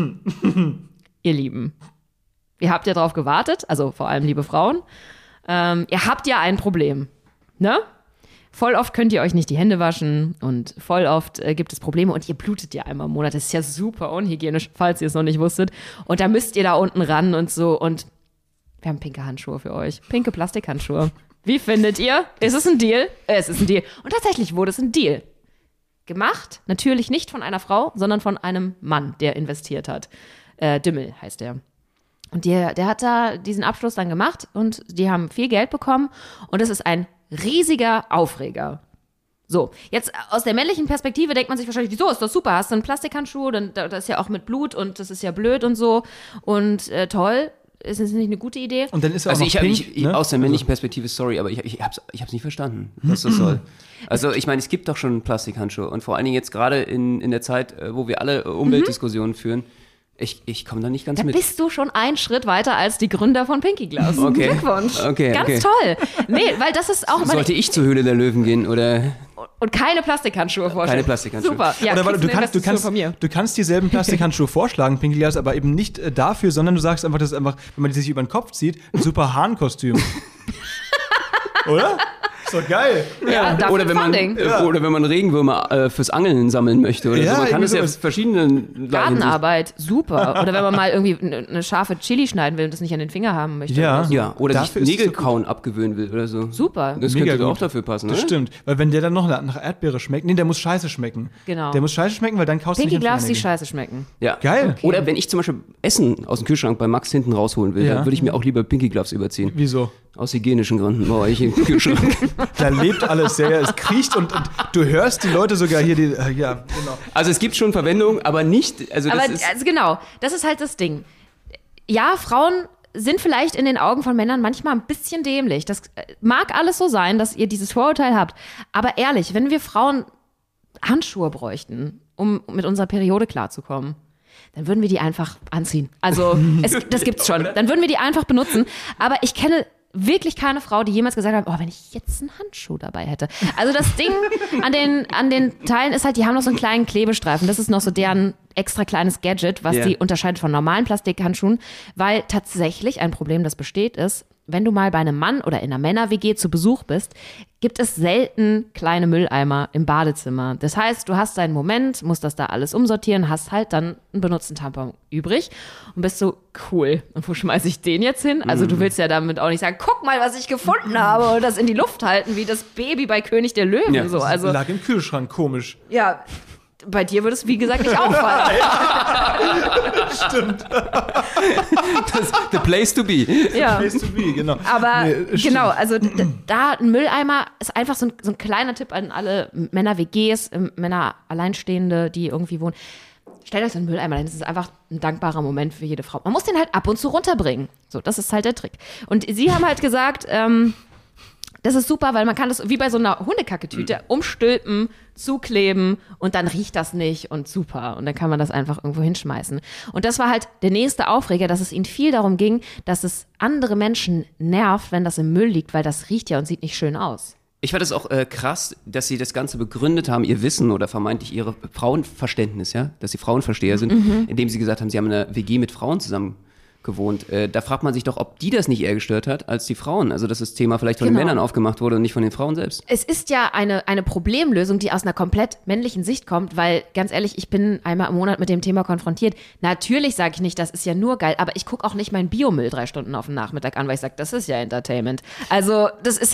[SPEAKER 2] ihr Lieben, ihr habt ja drauf gewartet, also vor allem liebe Frauen, ähm, ihr habt ja ein Problem, ne? Voll oft könnt ihr euch nicht die Hände waschen und voll oft äh, gibt es Probleme und ihr blutet ja einmal im Monat. Das ist ja super unhygienisch, falls ihr es noch nicht wusstet. Und da müsst ihr da unten ran und so. Und wir haben pinke Handschuhe für euch. Pinke Plastikhandschuhe. Wie findet ihr? Ist es ein Deal? Äh, es ist ein Deal. Und tatsächlich wurde es ein Deal. Gemacht, natürlich nicht von einer Frau, sondern von einem Mann, der investiert hat. Äh, Dümmel heißt der. Und der, der hat da diesen Abschluss dann gemacht und die haben viel Geld bekommen. Und es ist ein riesiger Aufreger. So, jetzt aus der männlichen Perspektive denkt man sich wahrscheinlich, wieso, ist das super, hast du einen Plastikhandschuh, dann, das ist ja auch mit Blut und das ist ja blöd und so und äh, toll, ist das nicht eine gute Idee?
[SPEAKER 1] Und dann ist er
[SPEAKER 4] also
[SPEAKER 1] auch
[SPEAKER 4] ich,
[SPEAKER 1] noch
[SPEAKER 4] hab,
[SPEAKER 1] pink,
[SPEAKER 4] ich,
[SPEAKER 1] ne?
[SPEAKER 4] aus der männlichen Perspektive, sorry, aber ich, ich hab's, ich hab's nicht verstanden, was das soll. Also ich meine, es gibt doch schon Plastikhandschuhe und vor allen Dingen jetzt gerade in, in der Zeit, wo wir alle Umweltdiskussionen mhm. führen, Ich, ich komme da nicht ganz
[SPEAKER 2] da
[SPEAKER 4] mit.
[SPEAKER 2] Da bist du schon einen Schritt weiter als die Gründer von Pinky Gloves.
[SPEAKER 4] Okay.
[SPEAKER 2] Glückwunsch.
[SPEAKER 4] Okay,
[SPEAKER 2] ganz
[SPEAKER 4] okay.
[SPEAKER 2] toll. Nee, weil das ist auch...
[SPEAKER 4] Sollte ich zur Höhle der Löwen gehen, oder?
[SPEAKER 2] Und keine Plastikhandschuhe vorstellen.
[SPEAKER 4] Keine Plastikhandschuhe.
[SPEAKER 2] Super. Ja,
[SPEAKER 1] oder weil du kannst, du, kannst,
[SPEAKER 2] von mir.
[SPEAKER 1] du kannst dieselben Plastikhandschuhe vorschlagen, Pinky Gloves, aber eben nicht äh, dafür, sondern du sagst einfach, das ist einfach, wenn man die sich über den Kopf zieht, ein super Hahnkostüm. Oder? Ist doch geil.
[SPEAKER 2] Ja,
[SPEAKER 4] ja. Oder, wenn man, ja. oder wenn man Regenwürmer äh, fürs Angeln sammeln möchte oder
[SPEAKER 1] ja,
[SPEAKER 4] so. Man kann das ja
[SPEAKER 1] sowas.
[SPEAKER 4] verschiedenen
[SPEAKER 2] Gartenarbeit, super. Oder wenn man mal irgendwie eine, eine scharfe Chili schneiden will und das nicht an den Finger haben möchte.
[SPEAKER 1] Ja,
[SPEAKER 2] oder, so.
[SPEAKER 4] ja. oder
[SPEAKER 1] dafür
[SPEAKER 4] sich Nägelkauen so abgewöhnen will oder so.
[SPEAKER 2] Super.
[SPEAKER 4] Das
[SPEAKER 1] Mega
[SPEAKER 4] könnte
[SPEAKER 1] gut.
[SPEAKER 4] auch dafür passen,
[SPEAKER 1] Das
[SPEAKER 4] oder?
[SPEAKER 1] stimmt, weil wenn der dann noch nach Erdbeere schmeckt, nee, der muss scheiße schmecken.
[SPEAKER 2] Genau.
[SPEAKER 1] Der muss scheiße schmecken, weil dann kaust
[SPEAKER 2] Pinky
[SPEAKER 1] du nicht an
[SPEAKER 2] Gloves, die scheiße schmecken.
[SPEAKER 4] Ja.
[SPEAKER 1] Geil.
[SPEAKER 4] Okay. Oder wenn ich zum Beispiel Essen aus dem Kühlschrank bei Max hinten rausholen will,
[SPEAKER 1] Ja.
[SPEAKER 4] dann würde ich mir auch lieber Pinky Gloves überziehen.
[SPEAKER 1] Wieso?
[SPEAKER 4] Aus hygienischen Gründen bei euch im Kühlschrank.
[SPEAKER 1] Da lebt alles, ja, ja, es kriecht und, und du hörst die Leute sogar hier, die, äh, ja, genau.
[SPEAKER 4] Also es gibt schon Verwendung, aber nicht, also das
[SPEAKER 2] Aber
[SPEAKER 4] ist...
[SPEAKER 2] also genau, das ist halt das Ding. Ja, Frauen sind vielleicht in den Augen von Männern manchmal ein bisschen dämlich. Das mag alles so sein, dass ihr dieses Vorurteil habt. Aber ehrlich, wenn wir Frauen Handschuhe bräuchten, um mit unserer Periode klarzukommen, dann würden wir die einfach anziehen. Also, es, das gibt's schon. Dann würden wir die einfach benutzen. Aber ich kenne wirklich keine Frau, die jemals gesagt hat, oh, wenn ich jetzt einen Handschuh dabei hätte. Also das Ding an den, an den Teilen ist halt, die haben noch so einen kleinen Klebestreifen. Das ist noch so deren extra kleines Gadget, was
[SPEAKER 4] Yeah.
[SPEAKER 2] die unterscheidet von normalen Plastikhandschuhen. Weil tatsächlich ein Problem, das besteht, ist, wenn du mal bei einem Mann oder in einer Männer-W G zu Besuch bist, gibt es selten kleine Mülleimer im Badezimmer. Das heißt, du hast deinen Moment, musst das da alles umsortieren, hast halt dann einen benutzten Tampon übrig und bist so, cool, und wo schmeiße ich den jetzt hin? Also du willst ja damit auch nicht sagen, guck mal, was ich gefunden habe und das in die Luft halten, wie das Baby bei König der Löwen.
[SPEAKER 4] Ja.
[SPEAKER 2] So. Also,
[SPEAKER 1] Lag im Kühlschrank, komisch.
[SPEAKER 2] ja, bei dir würde es, wie gesagt, nicht auffallen.
[SPEAKER 1] Stimmt.
[SPEAKER 4] Das, the place to be.
[SPEAKER 2] Ja.
[SPEAKER 1] Place to be, genau.
[SPEAKER 2] Aber
[SPEAKER 1] Nee, stimmt.
[SPEAKER 2] genau, also d- da ein Mülleimer ist einfach so ein, so ein kleiner Tipp an alle Männer-W Gs, ähm, Männer Alleinstehende, die irgendwie wohnen. Stellt euch so einen Mülleimer hin, das ist einfach ein dankbarer Moment für jede Frau. Man muss den halt ab und zu runterbringen. So, das ist halt der Trick. Und sie haben halt gesagt, ähm, das ist super, weil man kann das wie bei so einer Hundekacketüte umstülpen, zukleben und dann riecht das nicht und super. Und dann kann man das einfach irgendwo hinschmeißen. Und das war halt der nächste Aufreger, dass es ihnen viel darum ging, dass es andere Menschen nervt, wenn das im Müll liegt, weil das riecht ja und sieht nicht schön aus.
[SPEAKER 4] Ich fand es auch äh, krass, dass sie das Ganze begründet haben, ihr Wissen oder vermeintlich ihre Frauenverständnis, ja, dass sie Frauenversteher sind,
[SPEAKER 2] Mhm.
[SPEAKER 4] indem sie gesagt haben, sie haben in einer W G mit Frauen zusammen gewohnt. Äh, da fragt man sich doch, ob die das nicht eher gestört hat als die Frauen. Also dass das Thema vielleicht von
[SPEAKER 2] Genau.
[SPEAKER 4] den Männern aufgemacht wurde und nicht von den Frauen selbst.
[SPEAKER 2] Es ist ja eine, eine Problemlösung, die aus einer komplett männlichen Sicht kommt, weil, ganz ehrlich, ich bin einmal im Monat mit dem Thema konfrontiert. Natürlich sage ich nicht, das ist ja nur geil, aber ich gucke auch nicht meinen Biomüll drei Stunden auf den Nachmittag an, weil ich sage, das ist ja Entertainment. Also das ist halt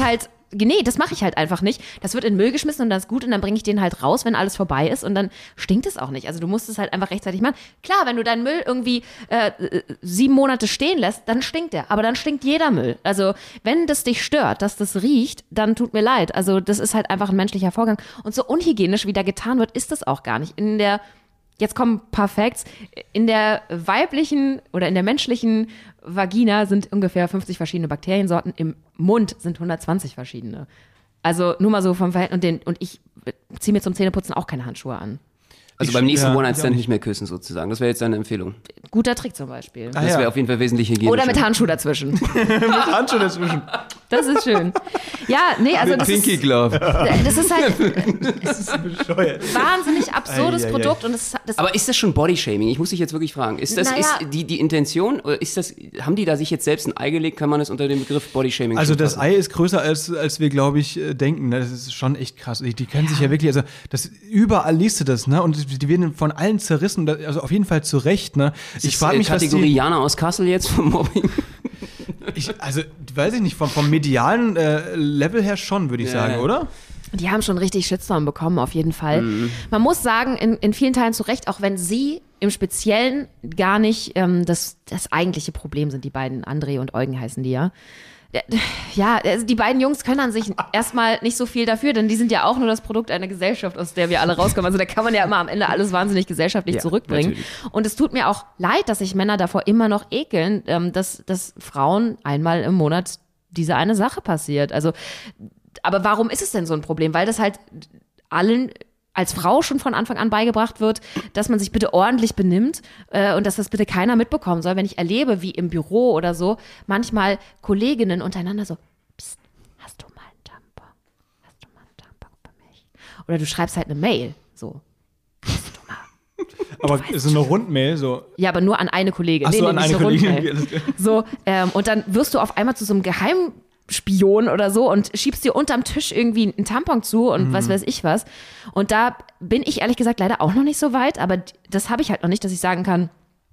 [SPEAKER 2] nee, das mache ich halt einfach nicht. Das wird in Müll geschmissen und das ist gut und dann bringe ich den halt raus, wenn alles vorbei ist und dann stinkt es auch nicht. Also du musst es halt einfach rechtzeitig machen. Klar, wenn du deinen Müll irgendwie äh, sieben Monate stehen lässt, dann stinkt der. Aber dann stinkt jeder Müll. Also wenn das dich stört, dass das riecht, dann tut mir leid. Also das ist halt einfach ein menschlicher Vorgang. Und so unhygienisch, wie da getan wird, ist das auch gar nicht. In der Jetzt kommen ein paar Facts. In der weiblichen oder in der menschlichen Vagina sind ungefähr fünfzig verschiedene Bakteriensorten. Im Mund sind hundertzwanzig verschiedene. Also nur mal so vom Verhältnis. Und, den, und ich ziehe mir zum Zähneputzen auch keine Handschuhe an.
[SPEAKER 4] Also
[SPEAKER 1] Ich-
[SPEAKER 4] beim nächsten
[SPEAKER 1] ja,
[SPEAKER 4] One-Night-Stand
[SPEAKER 1] ja.
[SPEAKER 4] nicht mehr küssen sozusagen. Das wäre jetzt deine Empfehlung.
[SPEAKER 2] Guter Trick zum Beispiel.
[SPEAKER 1] Ah,
[SPEAKER 4] Das
[SPEAKER 1] ja.
[SPEAKER 4] wäre auf jeden Fall wesentlich hygienischer.
[SPEAKER 2] Oder mit Handschuh dazwischen.
[SPEAKER 1] Handschuhe dazwischen.
[SPEAKER 2] Das ist schön. Ja, nee, also das
[SPEAKER 4] Pinky
[SPEAKER 2] ist,
[SPEAKER 4] Glove.
[SPEAKER 2] das ist halt
[SPEAKER 1] Das ist bescheuert.
[SPEAKER 2] wahnsinnig absurdes
[SPEAKER 1] Ei, ei, ei.
[SPEAKER 2] Produkt. Und das, das
[SPEAKER 4] Aber ist das schon Bodyshaming? Ich muss dich jetzt wirklich fragen. Ist das
[SPEAKER 2] Naja.
[SPEAKER 4] ist die, die Intention? Oder ist das, haben die da sich jetzt selbst ein Ei gelegt? Kann man das unter dem Begriff Bodyshaming
[SPEAKER 1] Also
[SPEAKER 4] schon
[SPEAKER 1] das
[SPEAKER 4] fassen?
[SPEAKER 1] Ei ist größer, als, als wir, glaube ich, äh, denken. Ne? Das ist schon echt krass. Die, die können sich ja wirklich, also das, überall liest du das, ne? Und die werden von allen zerrissen, da- also auf jeden Fall zu Recht, ne?
[SPEAKER 4] Ist
[SPEAKER 1] Ich
[SPEAKER 4] das,
[SPEAKER 1] frage
[SPEAKER 4] äh,
[SPEAKER 1] mich, was
[SPEAKER 4] Kategorie
[SPEAKER 1] die,
[SPEAKER 4] Jana aus Kassel jetzt vom Mobbing?
[SPEAKER 1] ich, also weiß ich nicht, vom, vom medialen äh, Level her schon, würde ich
[SPEAKER 4] Ja,
[SPEAKER 1] sagen,
[SPEAKER 4] ja.
[SPEAKER 1] oder?
[SPEAKER 2] Die haben schon richtig Shitstorm bekommen, auf jeden Fall. Man muss sagen, in, in vielen Teilen zu Recht, auch wenn sie im Speziellen gar nicht ähm, das, das eigentliche Problem sind, die beiden, André und Eugen heißen die ja. Ja, also die beiden Jungs können an sich erstmal nicht so viel dafür, denn die sind ja auch nur das Produkt einer Gesellschaft, aus der wir alle rauskommen. Also da kann man ja immer am Ende alles wahnsinnig gesellschaftlich
[SPEAKER 4] Ja,
[SPEAKER 2] zurückbringen.
[SPEAKER 4] natürlich.
[SPEAKER 2] Und es tut mir auch leid, dass sich Männer davor immer noch ekeln, ähm, dass, dass Frauen einmal im Monat diese eine Sache passiert. Also aber warum ist es denn so ein Problem? Weil das halt allen als Frau schon von Anfang an beigebracht wird, dass man sich bitte ordentlich benimmt äh, und dass das bitte keiner mitbekommen soll. Wenn ich erlebe, wie im Büro oder so, manchmal Kolleginnen untereinander so, Psst, hast du mal einen Tampon? Hast du mal einen Tampon für mich? Oder du schreibst halt eine Mail, so. Hast du mal?
[SPEAKER 1] Aber so eine Rundmail, so.
[SPEAKER 2] Ja, aber nur an eine Kollegin.
[SPEAKER 1] Ach so, an
[SPEAKER 2] nicht
[SPEAKER 1] eine
[SPEAKER 2] so
[SPEAKER 1] Kollegin.
[SPEAKER 2] Rundmail.
[SPEAKER 1] Alles klar.
[SPEAKER 2] So, ähm, und dann wirst du auf einmal zu so einem Geheimspion oder so und schiebst dir unterm Tisch irgendwie einen Tampon zu und
[SPEAKER 1] Mhm.
[SPEAKER 2] was weiß ich was. Und da bin ich ehrlich gesagt leider auch noch nicht so weit, aber d- das habe ich halt noch nicht, dass ich sagen kann,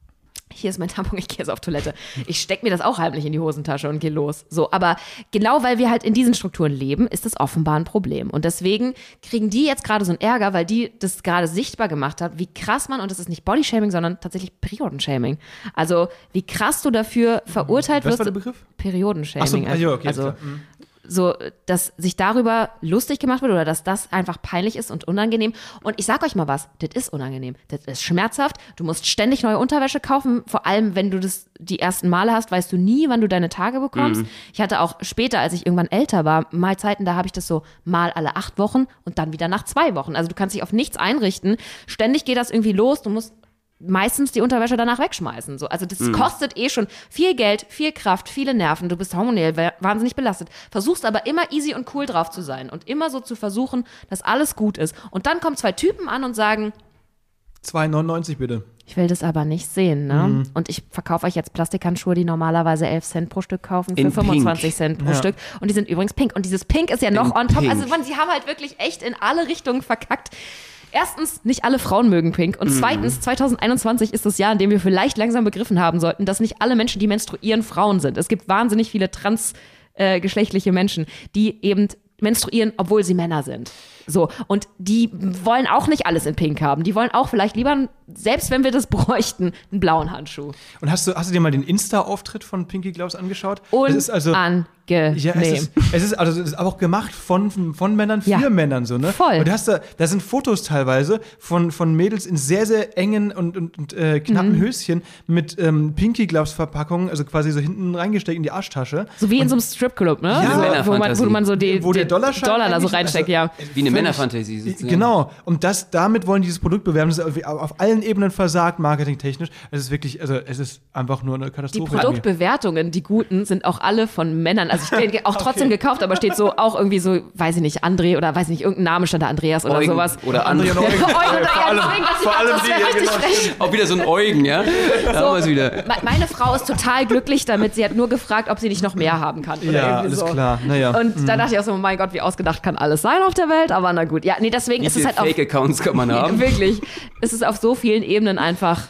[SPEAKER 2] hier ist mein Tampon, ich gehe jetzt auf Toilette. Ich stecke mir das auch heimlich in die Hosentasche und gehe los. So, aber genau weil wir halt in diesen Strukturen leben, ist das offenbar ein Problem. Und deswegen kriegen die jetzt gerade so einen Ärger, weil die das gerade sichtbar gemacht hat, wie krass man, und das ist nicht Bodyshaming, sondern tatsächlich Periodenshaming. Also wie krass du dafür verurteilt
[SPEAKER 1] Was
[SPEAKER 2] wirst.
[SPEAKER 1] war der Begriff?
[SPEAKER 2] Periodenshaming.
[SPEAKER 1] Ach so, ah, ja, okay,
[SPEAKER 2] also
[SPEAKER 1] klar. Mhm.
[SPEAKER 2] so, dass sich darüber lustig gemacht wird oder dass das einfach peinlich ist und unangenehm. Und ich sag euch mal was, das ist unangenehm. Das ist schmerzhaft. Du musst ständig neue Unterwäsche kaufen. Vor allem, wenn du das die ersten Male hast, weißt du nie, wann du deine Tage bekommst. Ich hatte auch später, als ich irgendwann älter war, mal Zeiten, da habe ich das so mal alle acht Wochen und dann wieder nach zwei Wochen. Also du kannst dich auf nichts einrichten. Ständig geht das irgendwie los. Du musst meistens die Unterwäsche danach wegschmeißen. So. Also das kostet eh schon viel Geld, viel Kraft, viele Nerven. Du bist hormonell wa- wahnsinnig belastet. Versuchst aber immer easy und cool drauf zu sein und immer so zu versuchen, dass alles gut ist. Und dann kommen zwei Typen an und sagen,
[SPEAKER 1] zwei neunundneunzig bitte.
[SPEAKER 2] ich will das aber nicht sehen, ne? Und ich verkaufe euch jetzt Plastikhandschuhe, die normalerweise elf Cent pro Stück kaufen, für
[SPEAKER 4] In
[SPEAKER 2] fünfundzwanzig
[SPEAKER 4] Pink.
[SPEAKER 2] Cent pro
[SPEAKER 1] Ja.
[SPEAKER 2] Stück. Und die sind übrigens pink. Und dieses Pink ist ja noch
[SPEAKER 4] In
[SPEAKER 2] on top.
[SPEAKER 4] Pink.
[SPEAKER 2] Also man, sie haben halt wirklich echt in alle Richtungen verkackt. Erstens, nicht alle Frauen mögen Pink. Und zweitens, zwanzig einundzwanzig ist das Jahr, in dem wir vielleicht langsam begriffen haben sollten, dass nicht alle Menschen, die menstruieren, Frauen sind. Es gibt wahnsinnig viele transgeschlechtliche Menschen, die eben menstruieren, obwohl sie Männer sind. So, und die wollen auch nicht alles in Pink haben. Die wollen auch vielleicht lieber, selbst wenn wir das bräuchten, einen blauen Handschuh.
[SPEAKER 1] Und hast du, hast du dir mal den Insta-Auftritt von Pinky Gloves angeschaut? Es ist also,
[SPEAKER 2] Unangenehm.
[SPEAKER 1] ja, es ist, es ist also es ist auch gemacht von, von Männern für
[SPEAKER 2] Ja.
[SPEAKER 1] Männern so, ne?
[SPEAKER 2] Voll.
[SPEAKER 1] Und du hast da, da sind Fotos teilweise von, von Mädels in sehr, sehr engen und, und, und äh, knappen
[SPEAKER 2] Mhm.
[SPEAKER 1] Höschen mit ähm, Pinky Gloves Verpackungen, also quasi so hinten reingesteckt in die Arschtasche.
[SPEAKER 2] So wie in so einem Stripclub, ne?
[SPEAKER 1] Ja.
[SPEAKER 2] so, wo, man,
[SPEAKER 4] Männerfantasie.
[SPEAKER 2] wo man so die,
[SPEAKER 1] Wo der
[SPEAKER 2] die
[SPEAKER 1] Dollarschein
[SPEAKER 2] Dollar da so
[SPEAKER 1] eigentlich-
[SPEAKER 2] reinsteckt,
[SPEAKER 1] also,
[SPEAKER 2] ja.
[SPEAKER 4] Wie eine
[SPEAKER 1] Völlig-
[SPEAKER 4] Männerfantasie sozusagen.
[SPEAKER 1] Genau. Und das, damit wollen die dieses Produkt bewerben. Das ist auf, auf allen Ebenen versagt, marketingtechnisch. Es ist wirklich, also es ist einfach nur eine
[SPEAKER 2] Die
[SPEAKER 1] Katastrophe.
[SPEAKER 2] Produktbewertungen, die guten, sind auch alle von Männern. Also ich den auch trotzdem gekauft, aber steht so auch irgendwie so, weiß ich nicht, André oder weiß ich nicht, irgendein Name stand da, Andreas oder
[SPEAKER 4] Eugen
[SPEAKER 2] sowas.
[SPEAKER 4] Oder
[SPEAKER 1] André
[SPEAKER 4] andere.
[SPEAKER 1] und Eugen.
[SPEAKER 2] Eugen oder
[SPEAKER 1] vor allem,
[SPEAKER 2] deswegen, dass ich
[SPEAKER 1] vor
[SPEAKER 2] dachte,
[SPEAKER 1] allem
[SPEAKER 2] das
[SPEAKER 1] die,
[SPEAKER 2] wäre
[SPEAKER 1] ja,
[SPEAKER 2] richtig
[SPEAKER 1] genau.
[SPEAKER 2] frech.
[SPEAKER 4] Auch wieder so ein Eugen, ja? Da haben wir es wieder.
[SPEAKER 2] Me- Meine Frau ist total glücklich damit. Sie hat nur gefragt, ob sie nicht noch mehr haben kann. Oder
[SPEAKER 1] Ja,
[SPEAKER 2] irgendwie
[SPEAKER 1] alles
[SPEAKER 2] so.
[SPEAKER 1] klar. Naja.
[SPEAKER 2] Und da dachte ich auch so, mein Gott, wie ausgedacht kann alles sein auf der Welt. Aber na gut. Ja, nee, deswegen
[SPEAKER 4] Wie
[SPEAKER 2] ist es
[SPEAKER 4] viele
[SPEAKER 2] halt auf
[SPEAKER 4] Fake-Accounts kann man haben?
[SPEAKER 2] wirklich, es ist auf so vielen Ebenen einfach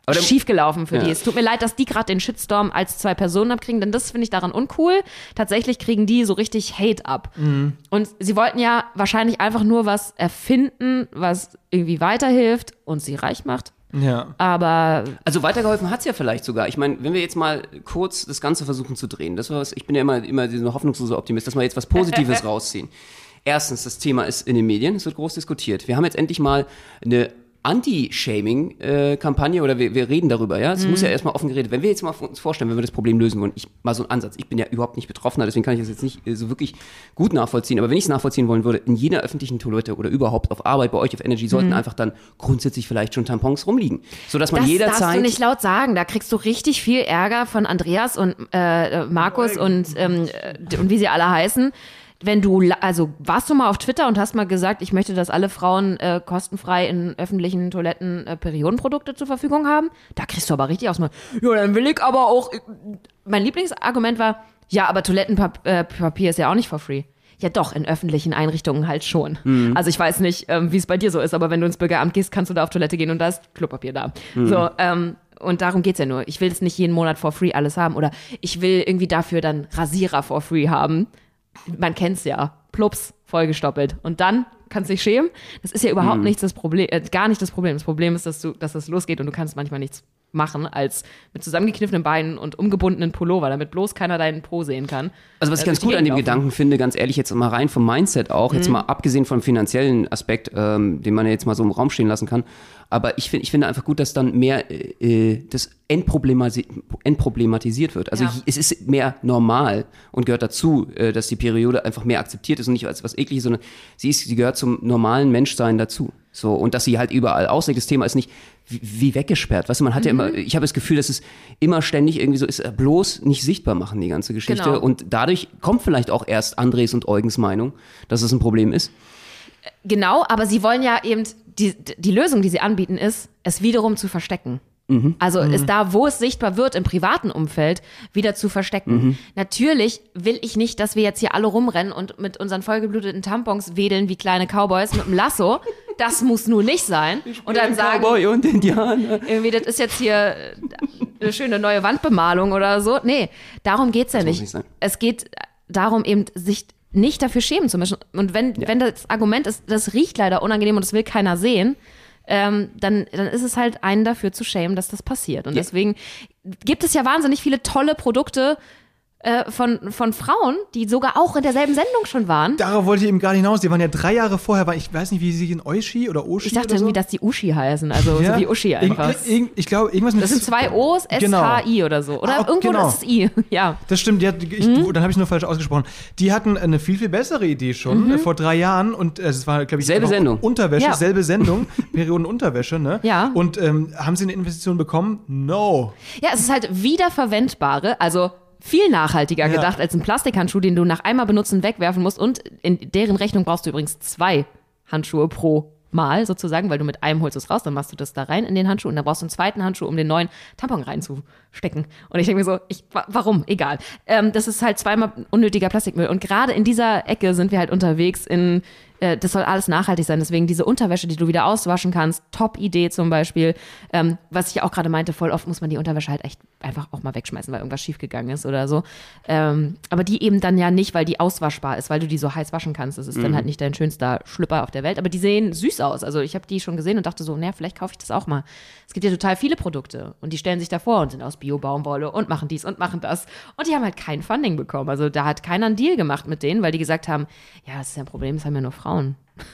[SPEAKER 4] Aber
[SPEAKER 2] schiefgelaufen für
[SPEAKER 4] ja.
[SPEAKER 2] die. Es tut mir leid, dass die gerade den Shitstorm als zwei Personen abkriegen, denn das finde ich daran uncool. Tatsächlich kriegen die so richtig Hate ab.
[SPEAKER 1] Mhm.
[SPEAKER 2] Und sie wollten ja wahrscheinlich einfach nur was erfinden, was irgendwie weiterhilft und sie reich macht.
[SPEAKER 1] Ja.
[SPEAKER 2] Aber
[SPEAKER 4] Also weitergeholfen hat's ja vielleicht sogar. Ich meine, wenn wir jetzt mal kurz das Ganze versuchen zu drehen, das war was, ich bin ja immer, immer dieser hoffnungslose Optimist, dass wir jetzt was Positives rausziehen. Erstens, das Thema ist in den Medien, es wird groß diskutiert. Wir haben jetzt endlich mal eine Anti-Shaming-Kampagne oder wir, wir reden darüber, ja. Es mhm. muss ja erstmal offen geredet. Wenn wir jetzt mal uns vorstellen, wenn wir das Problem lösen wollen, ich mal so einen Ansatz. Ich bin ja überhaupt nicht Betroffener, deswegen kann ich das jetzt nicht so wirklich gut nachvollziehen. Aber wenn ich es nachvollziehen wollen würde, in jeder öffentlichen Toilette oder überhaupt auf Arbeit bei euch auf Energy sollten mhm. einfach dann grundsätzlich vielleicht schon Tampons rumliegen, sodass man
[SPEAKER 2] das
[SPEAKER 4] jederzeit.
[SPEAKER 2] Das darfst du nicht laut sagen. Da kriegst du richtig viel Ärger von Andreas und äh, Markus und ähm, und wie sie alle heißen. Wenn du, also warst du mal auf Twitter und hast mal gesagt, ich möchte, dass alle Frauen äh, kostenfrei in öffentlichen Toiletten äh, Periodenprodukte zur Verfügung haben? Da kriegst du aber richtig aus. Ja, dann will ich aber auch. Mein Lieblingsargument war, ja, aber Toilettenpapier ist ja auch nicht for free. Ja doch, in öffentlichen Einrichtungen halt schon. Mhm. Also ich weiß nicht, ähm, wie es bei dir so ist, aber wenn du ins Bürgeramt gehst, kannst du da auf Toilette gehen und da ist Klopapier da. Mhm. So, ähm, und darum geht's ja nur. Ich will es nicht jeden Monat for free alles haben oder ich will irgendwie dafür dann Rasierer for free haben. Man kennt's ja. Plups, vollgestoppelt. Und dann kannst du dich schämen. Das ist ja überhaupt mm. nichts das Problem, äh, gar nicht das Problem. Das Problem ist, dass du, dass das losgeht und du kannst manchmal nichts machen, als mit zusammengekniffenen Beinen und umgebundenen Pullover, damit bloß keiner deinen Po sehen kann.
[SPEAKER 4] Also was ich
[SPEAKER 2] äh,
[SPEAKER 4] ganz gut an dem
[SPEAKER 2] laufen.
[SPEAKER 4] Gedanken finde, ganz ehrlich, jetzt mal rein vom Mindset auch, mhm. jetzt mal abgesehen vom finanziellen Aspekt, ähm, den man ja jetzt mal so im Raum stehen lassen kann, aber ich finde ich finde einfach gut, dass dann mehr äh, das entproblemasi- entproblematisiert wird. Also
[SPEAKER 2] ja.
[SPEAKER 4] es ist mehr normal und gehört dazu, äh, dass die Periode einfach mehr akzeptiert ist und nicht als was Ekliges, sondern sie ist, sie gehört zum normalen Menschsein dazu. So, und dass sie halt überall auslegt. Das Thema ist nicht wie, wie weggesperrt. Weißt du, man hat mhm. ja immer, ich habe das Gefühl, dass es immer ständig irgendwie so ist, bloß nicht sichtbar machen, die ganze Geschichte.
[SPEAKER 2] Genau.
[SPEAKER 4] Und dadurch kommt vielleicht auch erst Andres und Eugens Meinung, dass es ein Problem ist.
[SPEAKER 2] Genau, aber sie wollen ja eben, die, die Lösung, die sie anbieten, ist, es wiederum zu verstecken. Mhm. Also
[SPEAKER 1] mhm.
[SPEAKER 2] ist da, wo es sichtbar wird, im privaten Umfeld, wieder zu verstecken. Mhm. Natürlich will ich nicht, dass wir jetzt hier alle rumrennen und mit unseren vollgebluteten Tampons wedeln wie kleine Cowboys mit einem Lasso. Das muss nun nicht sein. Und dann sagen,
[SPEAKER 4] Cowboy und Indianer.
[SPEAKER 2] Irgendwie, das ist jetzt hier eine schöne neue Wandbemalung oder so. Nee, darum geht's ja
[SPEAKER 4] das
[SPEAKER 2] nicht.
[SPEAKER 4] Muss nicht sein.
[SPEAKER 2] Es geht darum, eben sich nicht dafür schämen zu müssen. Und wenn, ja. wenn das Argument ist, das riecht leider unangenehm und das will keiner sehen, ähm, dann, dann ist es halt einen dafür zu schämen, dass das passiert. Und ja. deswegen gibt es ja wahnsinnig viele tolle Produkte äh, von, von Frauen, die sogar auch in derselben Sendung schon waren.
[SPEAKER 1] Darauf wollte ich eben gar nicht hinaus. Die waren ja drei Jahre vorher, ich weiß nicht, wie sie in Oishi oder Oshi
[SPEAKER 2] Ich dachte
[SPEAKER 1] oder so.
[SPEAKER 2] irgendwie, dass die Uschi heißen, also
[SPEAKER 1] ja.
[SPEAKER 2] so wie Uschi einfach.
[SPEAKER 1] Ir- ir- ich glaube, irgendwas mit
[SPEAKER 2] Das sind zwei O's, S H I
[SPEAKER 1] genau.
[SPEAKER 2] oder so. Oder
[SPEAKER 1] Ah,
[SPEAKER 2] irgendwo
[SPEAKER 1] genau.
[SPEAKER 2] ist es I. Ja.
[SPEAKER 1] Das stimmt, die hat, ich,
[SPEAKER 2] Mhm.
[SPEAKER 1] dann habe ich es nur falsch ausgesprochen. Die hatten eine viel, viel bessere Idee schon
[SPEAKER 2] Mhm.
[SPEAKER 1] äh, vor drei Jahren und äh, es war, glaube ich,
[SPEAKER 4] Selbe
[SPEAKER 1] einfach
[SPEAKER 4] Sendung.
[SPEAKER 1] Unterwäsche,
[SPEAKER 2] Ja.
[SPEAKER 1] selbe Sendung, Periodenunterwäsche, ne?
[SPEAKER 2] Ja.
[SPEAKER 1] Und ähm, haben sie eine Investition bekommen? No.
[SPEAKER 2] Ja, es ist halt wiederverwendbare, also viel nachhaltiger
[SPEAKER 1] Ja.
[SPEAKER 2] gedacht als ein Plastikhandschuh, den du nach einmal benutzen wegwerfen musst. Und in deren Rechnung brauchst du übrigens zwei Handschuhe pro Mal sozusagen, weil du mit einem holst es raus, dann machst du das da rein in den Handschuh und dann brauchst du einen zweiten Handschuh, um den neuen Tampon reinzustecken. Und ich denke mir so, ich, wa- warum? Egal. Ähm, das ist halt zweimal unnötiger Plastikmüll. Und gerade in dieser Ecke sind wir halt unterwegs in, äh, das soll alles nachhaltig sein. Deswegen diese Unterwäsche, die du wieder auswaschen kannst, Top-Idee zum Beispiel. Ähm, was ich auch gerade meinte, voll oft muss man die Unterwäsche halt echt einfach auch mal wegschmeißen, weil irgendwas schiefgegangen ist oder so. Ähm, aber die eben dann ja nicht, weil die auswaschbar ist, weil du die so heiß waschen kannst. Das ist mhm. dann halt nicht dein schönster Schlüpper auf der Welt. Aber die sehen süß aus. Also ich habe die schon gesehen und dachte so, naja, vielleicht kaufe ich das auch mal. Es gibt ja total viele Produkte und die stellen sich davor und sind aus Bio-Baumwolle und machen dies und machen das. Und die haben halt kein Funding bekommen. Also da hat keiner einen Deal gemacht mit denen, weil die gesagt haben, ja, das ist ja ein Problem, das haben ja nur Frauen.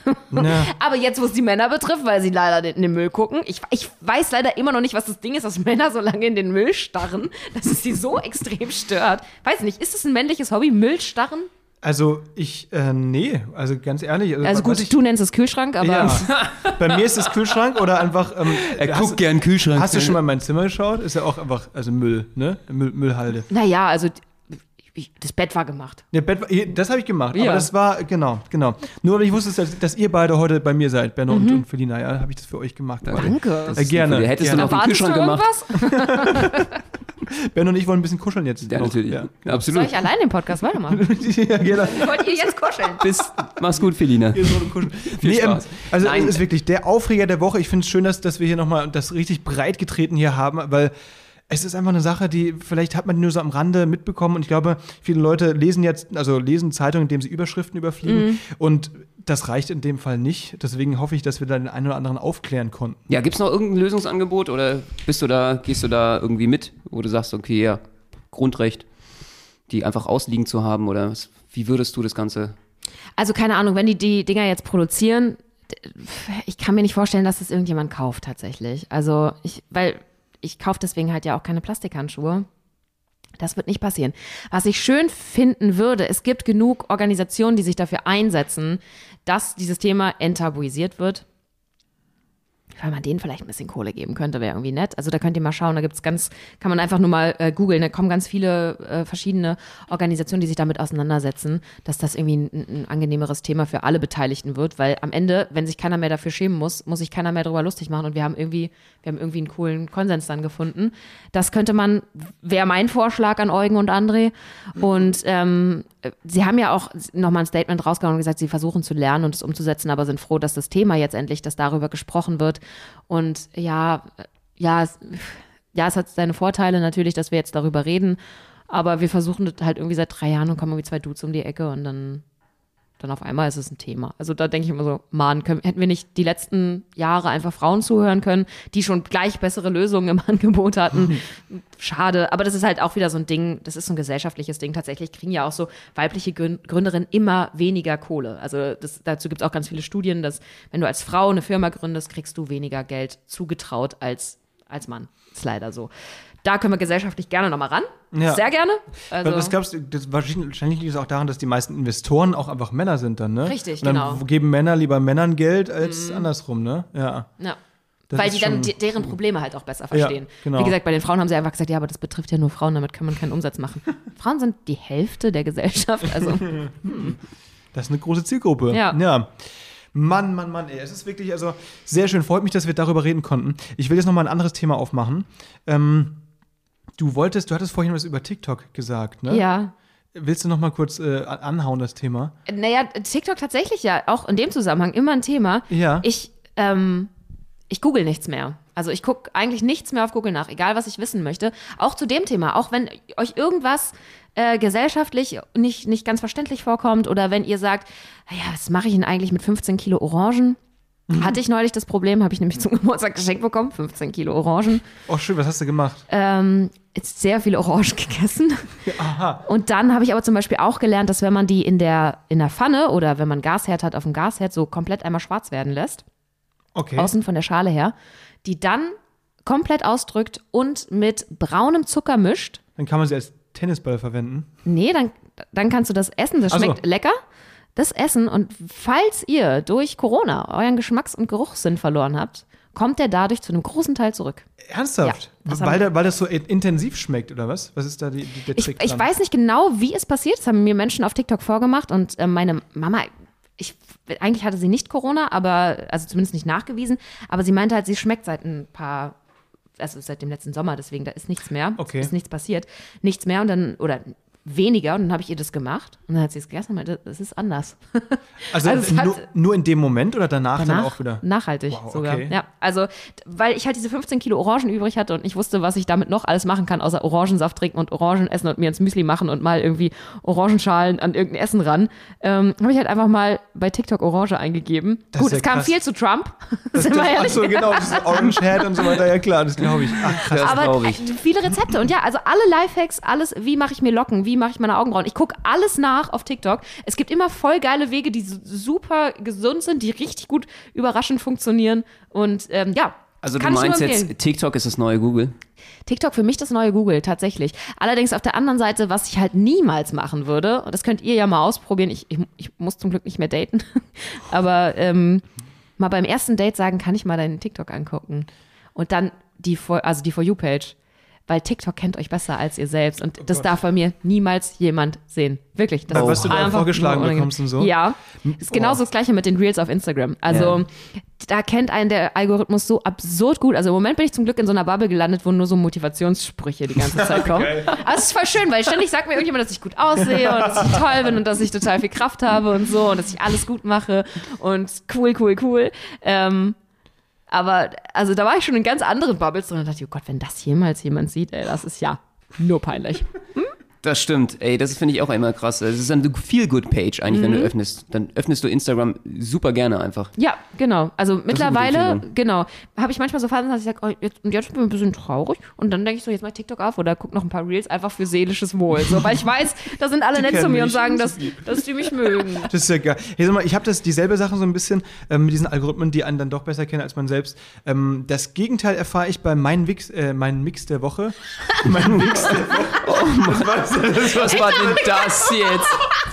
[SPEAKER 1] Ja.
[SPEAKER 2] Aber jetzt, wo es die Männer betrifft, weil sie leider in den Müll gucken, ich, ich weiß leider immer noch nicht, was das Ding ist, dass Männer so lange in den Müll starren, dass es sie so extrem stört. Weiß nicht, ist es ein männliches Hobby, Müll starren?
[SPEAKER 1] Also ich, äh, nee, also ganz ehrlich.
[SPEAKER 2] Also gut,
[SPEAKER 1] was ich,
[SPEAKER 2] du nennst es Kühlschrank, aber
[SPEAKER 1] ja. Bei mir ist es Kühlschrank oder einfach. Ähm,
[SPEAKER 4] Er
[SPEAKER 1] hast,
[SPEAKER 4] guckt gern Kühlschrank.
[SPEAKER 1] Hast du schon mal in mein Zimmer geschaut? Ist ja auch einfach, also Müll, ne? Müll, Müllhalde.
[SPEAKER 2] naja, also ich, das Bett war gemacht.
[SPEAKER 1] Ja, Bett, das habe ich gemacht,
[SPEAKER 2] Ja.
[SPEAKER 1] aber das war, genau, genau. Nur weil ich wusste, dass, dass ihr beide heute bei mir seid, Benno und, und Felina, ja, habe ich das für euch gemacht. Also.
[SPEAKER 2] Danke.
[SPEAKER 1] Äh, gerne.
[SPEAKER 4] Hättest
[SPEAKER 1] gerne.
[SPEAKER 4] du noch einen
[SPEAKER 2] Erwartest du
[SPEAKER 4] Kühlschrank gemacht?
[SPEAKER 2] irgendwas?
[SPEAKER 1] Ben und ich wollen ein bisschen kuscheln jetzt.
[SPEAKER 4] Ja,
[SPEAKER 1] noch.
[SPEAKER 4] natürlich.
[SPEAKER 1] Ja.
[SPEAKER 4] Ja, absolut.
[SPEAKER 2] Soll ich allein den Podcast weitermachen?
[SPEAKER 1] ja, genau.
[SPEAKER 2] Wollt ihr jetzt kuscheln?
[SPEAKER 4] Bis, mach's gut, Felina.
[SPEAKER 1] Hier so ein Kuscheln. Nee, ähm,
[SPEAKER 4] Spaß.
[SPEAKER 1] also
[SPEAKER 4] Nein.
[SPEAKER 1] es ist wirklich der Aufreger der Woche. Ich finde es schön, dass, dass wir hier nochmal das richtig breit getreten hier haben, weil es ist einfach eine Sache, die vielleicht hat man die nur so am Rande mitbekommen und ich glaube, viele Leute lesen jetzt, also lesen Zeitungen, indem sie Überschriften überfliegen
[SPEAKER 2] Mhm.
[SPEAKER 1] und das reicht in dem Fall nicht. Deswegen hoffe ich, dass wir da den einen oder anderen aufklären konnten.
[SPEAKER 4] Ja, gibt's noch irgendein Lösungsangebot oder bist du da, gehst du da irgendwie mit, wo du sagst, okay, ja, Grundrecht, die einfach ausliegen zu haben oder was, wie würdest du das Ganze?
[SPEAKER 2] Also keine Ahnung, wenn die die Dinger jetzt produzieren, d- ich kann mir nicht vorstellen, dass das irgendjemand kauft tatsächlich. Also ich, weil ich kaufe deswegen halt ja auch keine Plastikhandschuhe. Das wird nicht passieren. Was ich schön finden würde, es gibt genug Organisationen, die sich dafür einsetzen, dass dieses Thema enttabuisiert wird. Weil man denen vielleicht ein bisschen Kohle geben könnte, wäre irgendwie nett. Also da könnt ihr mal schauen, da gibt's ganz, kann man einfach nur mal äh, googeln, da kommen ganz viele äh, verschiedene Organisationen, die sich damit auseinandersetzen, dass das irgendwie ein, ein angenehmeres Thema für alle Beteiligten wird, weil am Ende, wenn sich keiner mehr dafür schämen muss, muss sich keiner mehr darüber lustig machen und wir haben irgendwie, wir haben irgendwie einen coolen Konsens dann gefunden. Das könnte man, wäre mein Vorschlag an Eugen und André. Und ähm, sie haben ja auch nochmal ein Statement rausgehauen und gesagt, sie versuchen zu lernen und es umzusetzen, aber sind froh, dass das Thema jetzt endlich, dass darüber gesprochen wird. Und ja, ja, es, ja, es hat seine Vorteile natürlich, dass wir jetzt darüber reden, aber wir versuchen das halt irgendwie seit drei Jahren und kommen irgendwie zwei Dudes um die Ecke und dann, dann auf einmal ist es ein Thema. Also da denke ich immer so, Mann, können, hätten wir nicht die letzten Jahre einfach Frauen zuhören können, die schon gleich bessere Lösungen im Angebot hatten. Schade, aber das ist halt auch wieder so ein Ding, das ist so ein gesellschaftliches Ding. Tatsächlich kriegen ja auch so weibliche Grün- Gründerinnen immer weniger Kohle. Also das, dazu gibt es auch ganz viele Studien, dass wenn du als Frau eine Firma gründest, kriegst du weniger Geld zugetraut als, als Mann. Ist leider so. Da können wir gesellschaftlich gerne nochmal ran.
[SPEAKER 1] Ja.
[SPEAKER 2] Sehr gerne. Also,
[SPEAKER 1] Was glaubst du, das wahrscheinlich liegt es auch daran, dass die meisten Investoren auch einfach Männer sind dann, ne?
[SPEAKER 2] Richtig,
[SPEAKER 1] und dann
[SPEAKER 2] genau.
[SPEAKER 1] geben Männer lieber Männern Geld als andersrum, ne? Ja.
[SPEAKER 2] ja.
[SPEAKER 1] Das
[SPEAKER 2] Weil
[SPEAKER 1] ist
[SPEAKER 2] die dann
[SPEAKER 1] schon-
[SPEAKER 2] die, deren Probleme halt auch besser verstehen.
[SPEAKER 1] Ja, genau.
[SPEAKER 2] Wie gesagt, bei den Frauen haben sie einfach gesagt, ja, aber das betrifft ja nur Frauen, damit kann man keinen Umsatz machen. Frauen sind die Hälfte der Gesellschaft, also
[SPEAKER 1] Das ist eine große Zielgruppe.
[SPEAKER 2] Ja.
[SPEAKER 1] ja. Mann, Mann, Mann, ey. Es ist wirklich, also sehr schön. Freut mich, dass wir darüber reden konnten. Ich will jetzt noch mal ein anderes Thema aufmachen. Ähm, du wolltest, du hattest vorhin was über TikTok gesagt, ne?
[SPEAKER 2] ja.
[SPEAKER 1] Willst du noch mal kurz äh, anhauen, das Thema?
[SPEAKER 2] Naja, TikTok tatsächlich ja auch in dem Zusammenhang immer ein Thema.
[SPEAKER 1] Ja.
[SPEAKER 2] Ich, ähm, ich google nichts mehr. Also ich gucke eigentlich nichts mehr auf Google nach, egal was ich wissen möchte. Auch zu dem Thema, auch wenn euch irgendwas äh, gesellschaftlich nicht, nicht ganz verständlich vorkommt oder wenn ihr sagt, ja, was mache ich denn eigentlich mit fünfzehn Kilo Orangen? Hatte ich neulich das Problem, habe ich nämlich zum Geburtstag geschenkt bekommen, fünfzehn Kilo Orangen.
[SPEAKER 1] Oh, schön, was hast du gemacht?
[SPEAKER 2] Ähm, jetzt sehr viele Orangen gegessen.
[SPEAKER 1] Aha.
[SPEAKER 2] Und dann habe ich aber zum Beispiel auch gelernt, dass wenn man die in der, in der Pfanne oder wenn man Gasherd hat, auf dem Gasherd so komplett einmal schwarz werden lässt,
[SPEAKER 1] Okay.
[SPEAKER 2] außen von der Schale her, die dann komplett ausdrückt und mit braunem Zucker mischt.
[SPEAKER 1] Dann kann man sie als Tennisball verwenden.
[SPEAKER 2] Nee, dann, dann kannst du das essen, das
[SPEAKER 1] Ach so.
[SPEAKER 2] schmeckt lecker. Das Essen und falls ihr durch Corona euren Geschmacks- und Geruchssinn verloren habt, kommt der dadurch zu einem großen Teil zurück.
[SPEAKER 1] Ernsthaft?
[SPEAKER 2] Ja, das
[SPEAKER 1] weil,
[SPEAKER 2] haben-
[SPEAKER 1] da, weil das so in- intensiv schmeckt, oder was? Was ist da die, die, der
[SPEAKER 2] Ich,
[SPEAKER 1] Trick
[SPEAKER 2] ich
[SPEAKER 1] dran?
[SPEAKER 2] weiß nicht genau, wie es passiert. Das haben mir Menschen auf TikTok vorgemacht und äh, meine Mama, ich, eigentlich hatte sie nicht Corona, aber, also zumindest nicht nachgewiesen, aber sie meinte halt, sie schmeckt seit ein paar, also seit dem letzten Sommer, deswegen da ist nichts mehr.
[SPEAKER 1] Okay.
[SPEAKER 2] Ist nichts passiert. Nichts mehr und dann, oder weniger und dann habe ich ihr das gemacht und dann hat sie es gegessen und meinte, das ist anders.
[SPEAKER 1] Also,
[SPEAKER 2] also es hat-
[SPEAKER 1] nur, nur in dem Moment oder danach, dann
[SPEAKER 2] Danach
[SPEAKER 1] auch wieder?
[SPEAKER 2] nachhaltig
[SPEAKER 1] Wow,
[SPEAKER 2] sogar.
[SPEAKER 1] okay.
[SPEAKER 2] Ja, also, weil ich halt diese fünfzehn Kilo Orangen übrig hatte und ich wusste, was ich damit noch alles machen kann, außer Orangensaft trinken und Orangen essen und mir ins Müsli machen und mal irgendwie Orangenschalen an irgendein Essen ran, ähm, habe ich halt einfach mal bei TikTok Orange eingegeben.
[SPEAKER 1] Das
[SPEAKER 2] Gut,
[SPEAKER 1] ist ja
[SPEAKER 2] es kam
[SPEAKER 1] krass.
[SPEAKER 2] viel zu Trump.
[SPEAKER 1] Das,
[SPEAKER 2] sind wir
[SPEAKER 1] das, ach
[SPEAKER 2] ehrlich.
[SPEAKER 1] so, genau, diese Orange Head und so weiter, ja klar, das glaube ich. Ach, krass.
[SPEAKER 4] Das
[SPEAKER 2] Aber
[SPEAKER 4] glaube ich.
[SPEAKER 2] äh, viele Rezepte und ja, also alle Lifehacks, alles, wie mache ich mir Locken, wie mache ich meine Augenbrauen. Ich gucke alles nach auf TikTok. Es gibt immer voll geile Wege, die su- super gesund sind, die richtig gut überraschend funktionieren und ähm, ja.
[SPEAKER 4] Also du
[SPEAKER 2] kann ich nur
[SPEAKER 4] meinst
[SPEAKER 2] empfehlen.
[SPEAKER 4] jetzt, TikTok ist das neue Google?
[SPEAKER 2] TikTok für mich das neue Google, tatsächlich. Allerdings auf der anderen Seite, was ich halt niemals machen würde, und das könnt ihr ja mal ausprobieren, ich, ich, ich muss zum Glück nicht mehr daten, aber ähm, mal beim ersten Date sagen, kann ich mal deinen TikTok angucken. Und dann die For, also die For You-Page. weil TikTok kennt euch besser als ihr selbst und das darf bei mir niemals jemand sehen. Wirklich. Das
[SPEAKER 1] Oh.
[SPEAKER 2] ist
[SPEAKER 1] Was du da
[SPEAKER 2] einfach
[SPEAKER 1] vorgeschlagen
[SPEAKER 2] nur unangenehm.
[SPEAKER 1] bekommst und so?
[SPEAKER 2] Ja. Ist genauso das Gleiche mit den Reels auf Instagram. Also
[SPEAKER 4] Ja.
[SPEAKER 2] da kennt einen der Algorithmus so absurd gut. Also im Moment bin ich zum Glück in so einer Bubble gelandet, wo nur so Motivationssprüche die ganze Zeit kommen. Aber es ist voll schön, weil ständig sagt mir irgendjemand, dass ich gut aussehe und dass ich toll bin und dass ich total viel Kraft habe und so und dass ich alles gut mache und cool, cool, cool. Ähm, aber also da war ich schon in ganz anderen Bubbles und dann dachte ich, oh Gott, wenn das jemals jemand sieht, ey, das ist ja nur peinlich.
[SPEAKER 4] Das stimmt, ey, das finde ich auch immer krass. Es ist eine Feel-Good-Page eigentlich, wenn du
[SPEAKER 2] Mhm.
[SPEAKER 4] öffnest. Dann öffnest du Instagram super gerne einfach.
[SPEAKER 2] Ja, genau. Also mittlerweile,
[SPEAKER 4] Empfehlung.
[SPEAKER 2] genau, habe ich manchmal so Phasen, dass ich sage, oh, jetzt, und jetzt bin ich ein bisschen traurig und dann denke ich so, jetzt mach ich TikTok auf oder guck noch ein paar Reels einfach für seelisches Wohl. So, weil ich weiß, da sind alle
[SPEAKER 1] Die
[SPEAKER 2] nett zu
[SPEAKER 1] kennen
[SPEAKER 2] mir und
[SPEAKER 1] mich.
[SPEAKER 2] sagen,
[SPEAKER 1] Das
[SPEAKER 2] dass,
[SPEAKER 1] ist
[SPEAKER 2] dass die mich mögen.
[SPEAKER 1] Das ist ja geil. Hey, sag mal, ich habe das dieselbe Sache so ein bisschen ähm, mit diesen Algorithmen, die einen dann doch besser kennen als man selbst. Ähm, das Gegenteil erfahre ich bei mein Wix, äh, mein Mix der Woche. mein Mix der Woche. Das war, das war,
[SPEAKER 4] Was war denn das jetzt?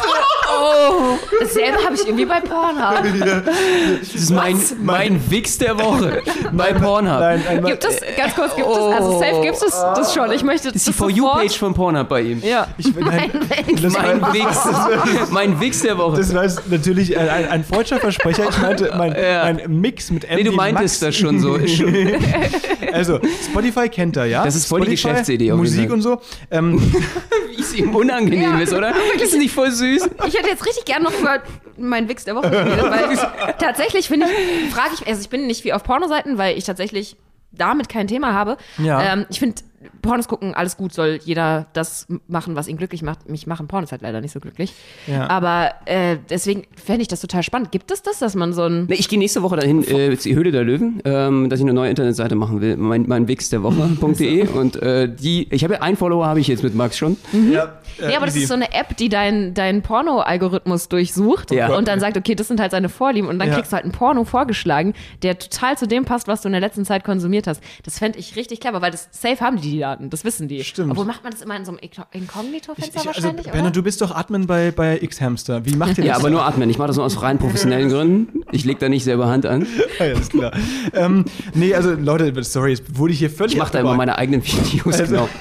[SPEAKER 2] Oh, dasselbe habe ich irgendwie bei Pornhub.
[SPEAKER 4] Das ist mein, mein Wix der Woche bei Pornhub.
[SPEAKER 1] Nein, ein,
[SPEAKER 2] Gibt es, ganz kurz, gibt es, also safe gibt es das schon. Ich möchte
[SPEAKER 4] Das ist die
[SPEAKER 2] das
[SPEAKER 4] For You-Page von Pornhub bei ihm.
[SPEAKER 2] Ja.
[SPEAKER 1] ich, nein, das,
[SPEAKER 4] Mein
[SPEAKER 1] war,
[SPEAKER 4] Wix. Mein Wix der Woche.
[SPEAKER 1] das war jetzt natürlich ein, ein, ein freudscher Versprecher. Ich meinte mein,
[SPEAKER 4] Ja.
[SPEAKER 1] mein Mix mit M.
[SPEAKER 4] Nee, du
[SPEAKER 1] wie
[SPEAKER 4] meintest
[SPEAKER 1] Max.
[SPEAKER 4] das schon so. Ist schon.
[SPEAKER 1] Also, Spotify kennt er, ja?
[SPEAKER 4] Das ist voll die
[SPEAKER 1] Spotify,
[SPEAKER 4] Geschäftsidee auf jeden
[SPEAKER 1] Musik
[SPEAKER 4] Fall.
[SPEAKER 1] und so. Ähm,
[SPEAKER 4] Wie es ihm unangenehm
[SPEAKER 2] Ja,
[SPEAKER 4] ist, oder? Das ist nicht voll süß.
[SPEAKER 2] Ich hätte jetzt richtig gern noch über meinen Wix der Woche geredet, weil tatsächlich finde ich, frage ich, also ich bin nicht wie auf Pornoseiten, weil ich tatsächlich damit kein Thema habe.
[SPEAKER 1] Ja.
[SPEAKER 2] Ähm, ich finde, Pornos gucken, alles gut, soll jeder das machen, was ihn glücklich macht. Mich machen Pornos halt leider nicht so glücklich.
[SPEAKER 1] Ja.
[SPEAKER 2] Aber äh, deswegen fände ich das total spannend. Gibt es das, dass man so ein...
[SPEAKER 4] Ne, ich gehe nächste Woche dahin, äh, zur Höhle der Löwen, ähm, dass ich eine neue Internetseite machen will, mein, mein Wix der Woche.de und äh, die, ich habe ja einen Follower habe ich jetzt mit Max schon.
[SPEAKER 1] ja, äh,
[SPEAKER 2] Ja, aber das
[SPEAKER 1] easy.
[SPEAKER 2] ist so eine App, die deinen dein Porno-Algorithmus durchsucht
[SPEAKER 4] Ja.
[SPEAKER 2] und dann sagt, okay, das sind halt seine Vorlieben und dann
[SPEAKER 1] Ja.
[SPEAKER 2] kriegst du halt ein Porno vorgeschlagen, der total zu dem passt, was du in der letzten Zeit konsumiert hast. Das fände ich richtig clever, weil das safe haben die die Daten, das wissen die.
[SPEAKER 1] Stimmt.
[SPEAKER 2] Obwohl macht man das immer in so einem Inkognito-Fenster
[SPEAKER 1] Ich, also,
[SPEAKER 2] wahrscheinlich,
[SPEAKER 1] Benno,
[SPEAKER 2] oder?
[SPEAKER 1] du bist doch Admin bei, bei X-Hamster. Wie macht ihr das?
[SPEAKER 4] Ja, aber nur atmen. Ich mache das nur aus rein professionellen Gründen. Ich leg da nicht selber Hand an.
[SPEAKER 1] Ja, ist klar. ähm, nee, also Leute, sorry, jetzt wurde ich hier völlig
[SPEAKER 4] Ich mache da immer
[SPEAKER 1] abgebracht.
[SPEAKER 4] meine eigenen Videos,
[SPEAKER 1] Also-
[SPEAKER 4] genau.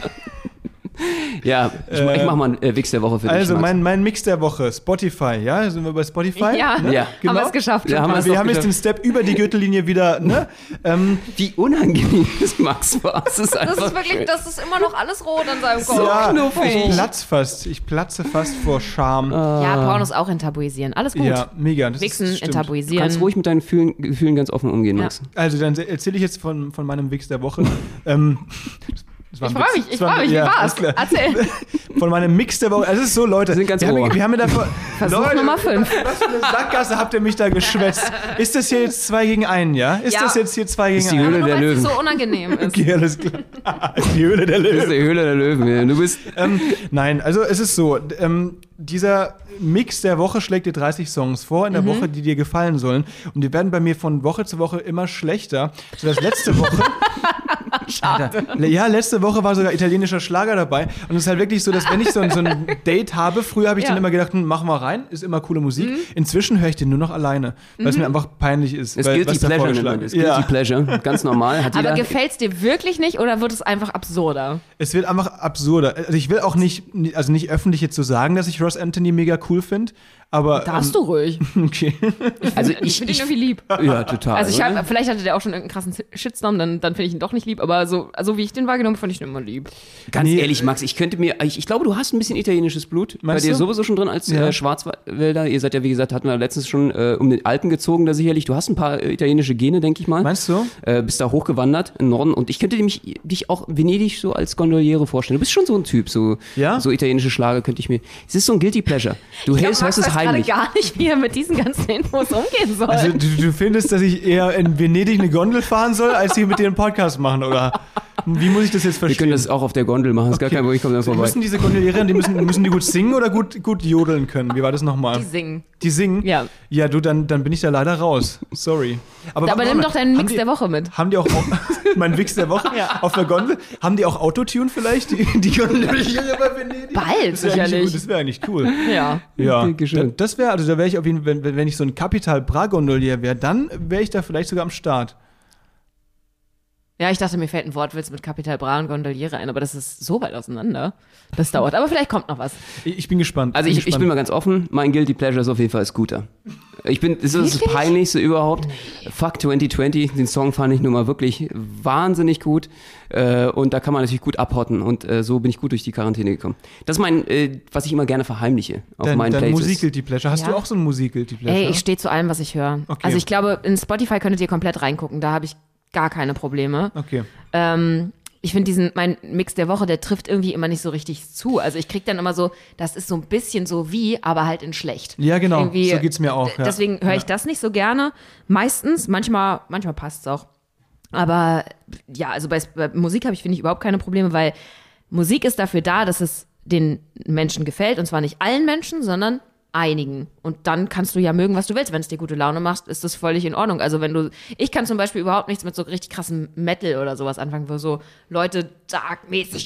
[SPEAKER 4] Ja, ich,
[SPEAKER 1] Äh,
[SPEAKER 4] ich mach mal einen äh, Wix der Woche für dich,
[SPEAKER 1] Also
[SPEAKER 4] Max.
[SPEAKER 1] mein, mein Mix der Woche, Spotify, ja? Sind wir bei Spotify?
[SPEAKER 2] Ja,
[SPEAKER 1] Ne?
[SPEAKER 4] Ja.
[SPEAKER 1] Genau.
[SPEAKER 2] haben wir es geschafft.
[SPEAKER 4] Ja, haben wir es
[SPEAKER 1] Wir
[SPEAKER 4] doch
[SPEAKER 1] haben jetzt den
[SPEAKER 4] geschafft.
[SPEAKER 1] Step über die Gürtellinie wieder, ne? Ähm,
[SPEAKER 4] Wie unangenehm das Max war. Das ist
[SPEAKER 2] Das
[SPEAKER 4] einfach
[SPEAKER 2] ist wirklich, das ist immer noch alles rot an seinem Kopf.
[SPEAKER 1] ja,
[SPEAKER 4] knuffig.
[SPEAKER 1] ich platze fast. Ich platze fast vor Scham.
[SPEAKER 2] Ja, Pornos auch enttabuisieren. Alles gut.
[SPEAKER 1] Ja, mega. Das
[SPEAKER 2] Wichsen,
[SPEAKER 1] ist, stimmt.
[SPEAKER 4] Du
[SPEAKER 2] enttabuisieren.
[SPEAKER 4] kannst ruhig mit deinen Gefühlen, Gefühlen ganz offen umgehen,
[SPEAKER 2] Ja.
[SPEAKER 4] Max.
[SPEAKER 1] Also dann erzähle ich jetzt von, von meinem Wix der Woche. ähm, das war
[SPEAKER 2] Ich
[SPEAKER 1] ein
[SPEAKER 2] freue
[SPEAKER 1] Witz.
[SPEAKER 2] mich, ich
[SPEAKER 1] Das war ein-
[SPEAKER 2] freue mich. Wie
[SPEAKER 1] ja,
[SPEAKER 2] war's?
[SPEAKER 1] alles klar.
[SPEAKER 2] Erzähl.
[SPEAKER 1] Von meinem Mix der Woche. Also es ist so, Leute.
[SPEAKER 4] sind ganz
[SPEAKER 1] wir, haben,
[SPEAKER 4] ohr.
[SPEAKER 1] wir haben mir davor.
[SPEAKER 2] Versuch
[SPEAKER 1] Leute,
[SPEAKER 2] Nummer fünf.
[SPEAKER 1] Was für eine Sackgasse habt ihr mich da geschwätzt? Ist das hier jetzt zwei gegen einen, ja? Ist
[SPEAKER 2] Ja.
[SPEAKER 1] das jetzt hier zwei gegen
[SPEAKER 4] Ist die
[SPEAKER 1] einen?
[SPEAKER 4] Höhle
[SPEAKER 2] Nur
[SPEAKER 4] der
[SPEAKER 2] weil es
[SPEAKER 4] Löwen.
[SPEAKER 2] so unangenehm ist.
[SPEAKER 1] Okay, alles klar. Die Höhle der
[SPEAKER 4] Das ist
[SPEAKER 1] Löwen.
[SPEAKER 4] die Höhle der Löwen. ja. Du bist.
[SPEAKER 1] ähm, nein, also es ist so, ähm, dieser Mix der Woche schlägt dir dreißig Songs vor in der Woche, die dir gefallen sollen. Und die werden bei mir von Woche zu Woche immer schlechter. Sodass letzte Woche. Schade. Ja, letzte Woche war sogar italienischer Schlager dabei. Und es ist halt wirklich so, dass wenn ich so ein, so ein Date habe, früher habe ich
[SPEAKER 2] Ja.
[SPEAKER 1] dann immer gedacht, hm, machen wir rein, ist immer coole Musik. Inzwischen höre ich den nur noch alleine, weil es mir einfach peinlich ist.
[SPEAKER 4] Es
[SPEAKER 1] weil,
[SPEAKER 4] Guilty
[SPEAKER 1] was da
[SPEAKER 4] Pleasure nennt
[SPEAKER 1] vorgeschlagen
[SPEAKER 4] man das.
[SPEAKER 1] ist.
[SPEAKER 4] Guilty
[SPEAKER 1] Ja.
[SPEAKER 4] Pleasure. Ganz normal. Hat
[SPEAKER 2] Aber
[SPEAKER 4] jeder.
[SPEAKER 2] gefällt's dir wirklich nicht oder wird es einfach absurder?
[SPEAKER 1] Es wird einfach absurder. Also ich will auch nicht, also nicht öffentlich jetzt so sagen, dass ich Ross Anthony mega cool finde, aber.
[SPEAKER 2] Darfst du ruhig.
[SPEAKER 1] Ähm, okay.
[SPEAKER 4] Also
[SPEAKER 2] Ich
[SPEAKER 4] ich,
[SPEAKER 2] finde ihn
[SPEAKER 4] ich,
[SPEAKER 2] irgendwie lieb.
[SPEAKER 4] ja, total.
[SPEAKER 2] Also ich
[SPEAKER 4] oder?
[SPEAKER 2] hab, vielleicht hatte der auch schon irgendeinen krassen Shitstorm, dann, dann finde ich ihn doch nicht lieb, aber so, also wie ich den wahrgenommen fand ich ihn immer lieb.
[SPEAKER 4] Ganz
[SPEAKER 1] Nee,
[SPEAKER 4] ehrlich, Max, ich könnte mir, ich, ich glaube, du hast ein bisschen italienisches Blut bei
[SPEAKER 1] Meinst
[SPEAKER 4] dir
[SPEAKER 1] du?
[SPEAKER 4] sowieso schon drin als
[SPEAKER 1] Ja.
[SPEAKER 4] äh, Schwarzwälder. Ihr seid ja, wie gesagt, hatten wir letztens schon äh, um den Alpen gezogen, da sicherlich. Du hast ein paar äh, italienische Gene, denke ich mal.
[SPEAKER 1] Meinst du?
[SPEAKER 4] Äh, bist da hochgewandert im Norden und ich könnte mich, dich auch Venedig so als Gondoliere vorstellen. Du bist schon so ein Typ, so,
[SPEAKER 1] Ja?
[SPEAKER 4] so italienische Schlager könnte ich mir. Es ist so ein Guilty Pleasure. Du
[SPEAKER 2] Ich
[SPEAKER 4] hörst,
[SPEAKER 2] Max
[SPEAKER 4] hörst es
[SPEAKER 2] weiß gerade
[SPEAKER 4] heimlich.
[SPEAKER 2] gar nicht, wie er mit diesen ganzen Infos umgehen soll.
[SPEAKER 1] Also du, du findest, dass ich eher in Venedig eine Gondel fahren soll, als hier mit dir einen Podcast machen, oder? Wie muss ich das jetzt
[SPEAKER 4] Wir können
[SPEAKER 1] verstehen?
[SPEAKER 4] das auch auf der Gondel machen, ist gar kein Problem, ich komme da vorbei.
[SPEAKER 1] Müssen diese Gondoliere, die müssen, müssen die gut singen oder gut, gut jodeln können? Wie war das nochmal?
[SPEAKER 2] Die singen.
[SPEAKER 1] Die singen?
[SPEAKER 2] Ja.
[SPEAKER 1] Ja, du, dann, dann bin ich da leider raus. Sorry.
[SPEAKER 2] Aber
[SPEAKER 1] warte
[SPEAKER 2] nimm
[SPEAKER 1] mal,
[SPEAKER 2] doch deinen
[SPEAKER 1] haben
[SPEAKER 2] Mix
[SPEAKER 1] die,
[SPEAKER 2] der Woche mit.
[SPEAKER 1] Haben die auch, mein Mix der Woche
[SPEAKER 2] Ja.
[SPEAKER 1] auf der Gondel? Haben die auch Autotune vielleicht? Die, die Gondoliere bei Venedig?
[SPEAKER 2] Bald,
[SPEAKER 1] Das wäre eigentlich,
[SPEAKER 2] sicherlich.
[SPEAKER 1] das wär eigentlich cool.
[SPEAKER 2] Ja.
[SPEAKER 1] Ja,
[SPEAKER 4] Denke schon.
[SPEAKER 1] da- das wäre, also da wäre ich auf jeden Fall, wenn, wenn ich so ein Capital Bra Gondolier wäre, dann wäre ich da vielleicht sogar am Start.
[SPEAKER 2] Ja, ich dachte, mir fällt ein Wortwitz mit Capital Bra und Gondoliere ein, aber das ist so weit auseinander. Das dauert. Aber vielleicht kommt noch was.
[SPEAKER 1] Ich, ich bin gespannt.
[SPEAKER 4] Also
[SPEAKER 1] bin
[SPEAKER 4] ich,
[SPEAKER 1] gespannt.
[SPEAKER 4] ich bin mal ganz offen, mein Guilty Pleasure ist auf jeden Fall Scooter. Ich bin, das ist das
[SPEAKER 2] Wirklich?
[SPEAKER 4] Peinlichste überhaupt. Fuck zwanzig zwanzig, den Song fand ich nun mal wirklich wahnsinnig gut. Äh, und da kann man natürlich gut abhotten. Und äh, so bin ich gut durch die Quarantäne gekommen. Das ist mein, äh, was ich immer gerne verheimliche auf
[SPEAKER 1] Dein,
[SPEAKER 4] meinen
[SPEAKER 1] dein
[SPEAKER 4] Playlists.
[SPEAKER 1] Musik-Guilty Pleasure. Hast
[SPEAKER 2] Ja.
[SPEAKER 1] du auch so ein Musik-Guilty Pleasure?
[SPEAKER 2] Ey, ich stehe zu allem, was ich höre.
[SPEAKER 1] Okay.
[SPEAKER 2] Also ich glaube, in Spotify könntet ihr komplett reingucken. Da habe ich gar keine Probleme.
[SPEAKER 1] Okay.
[SPEAKER 2] Ähm, ich finde diesen, mein Mix der Woche, der trifft irgendwie immer nicht so richtig zu. Also ich krieg dann immer so, das ist so ein bisschen so wie, aber halt in schlecht.
[SPEAKER 1] Ja, genau.
[SPEAKER 2] Irgendwie,
[SPEAKER 1] So geht's mir auch. Ja.
[SPEAKER 2] Deswegen höre ich
[SPEAKER 1] Ja.
[SPEAKER 2] das nicht so gerne. Meistens, manchmal, manchmal passt es auch. Aber ja, also bei, bei Musik habe ich, finde ich, überhaupt keine Probleme, weil Musik ist dafür da, dass es den Menschen gefällt. Und zwar nicht allen Menschen, sondern einigen. Und dann kannst du ja mögen, was du willst. Wenn es dir gute Laune macht, ist das völlig in Ordnung. Also wenn du, ich kann zum Beispiel überhaupt nichts mit so richtig krassem Metal oder sowas anfangen, wo so Leute darkmäßig,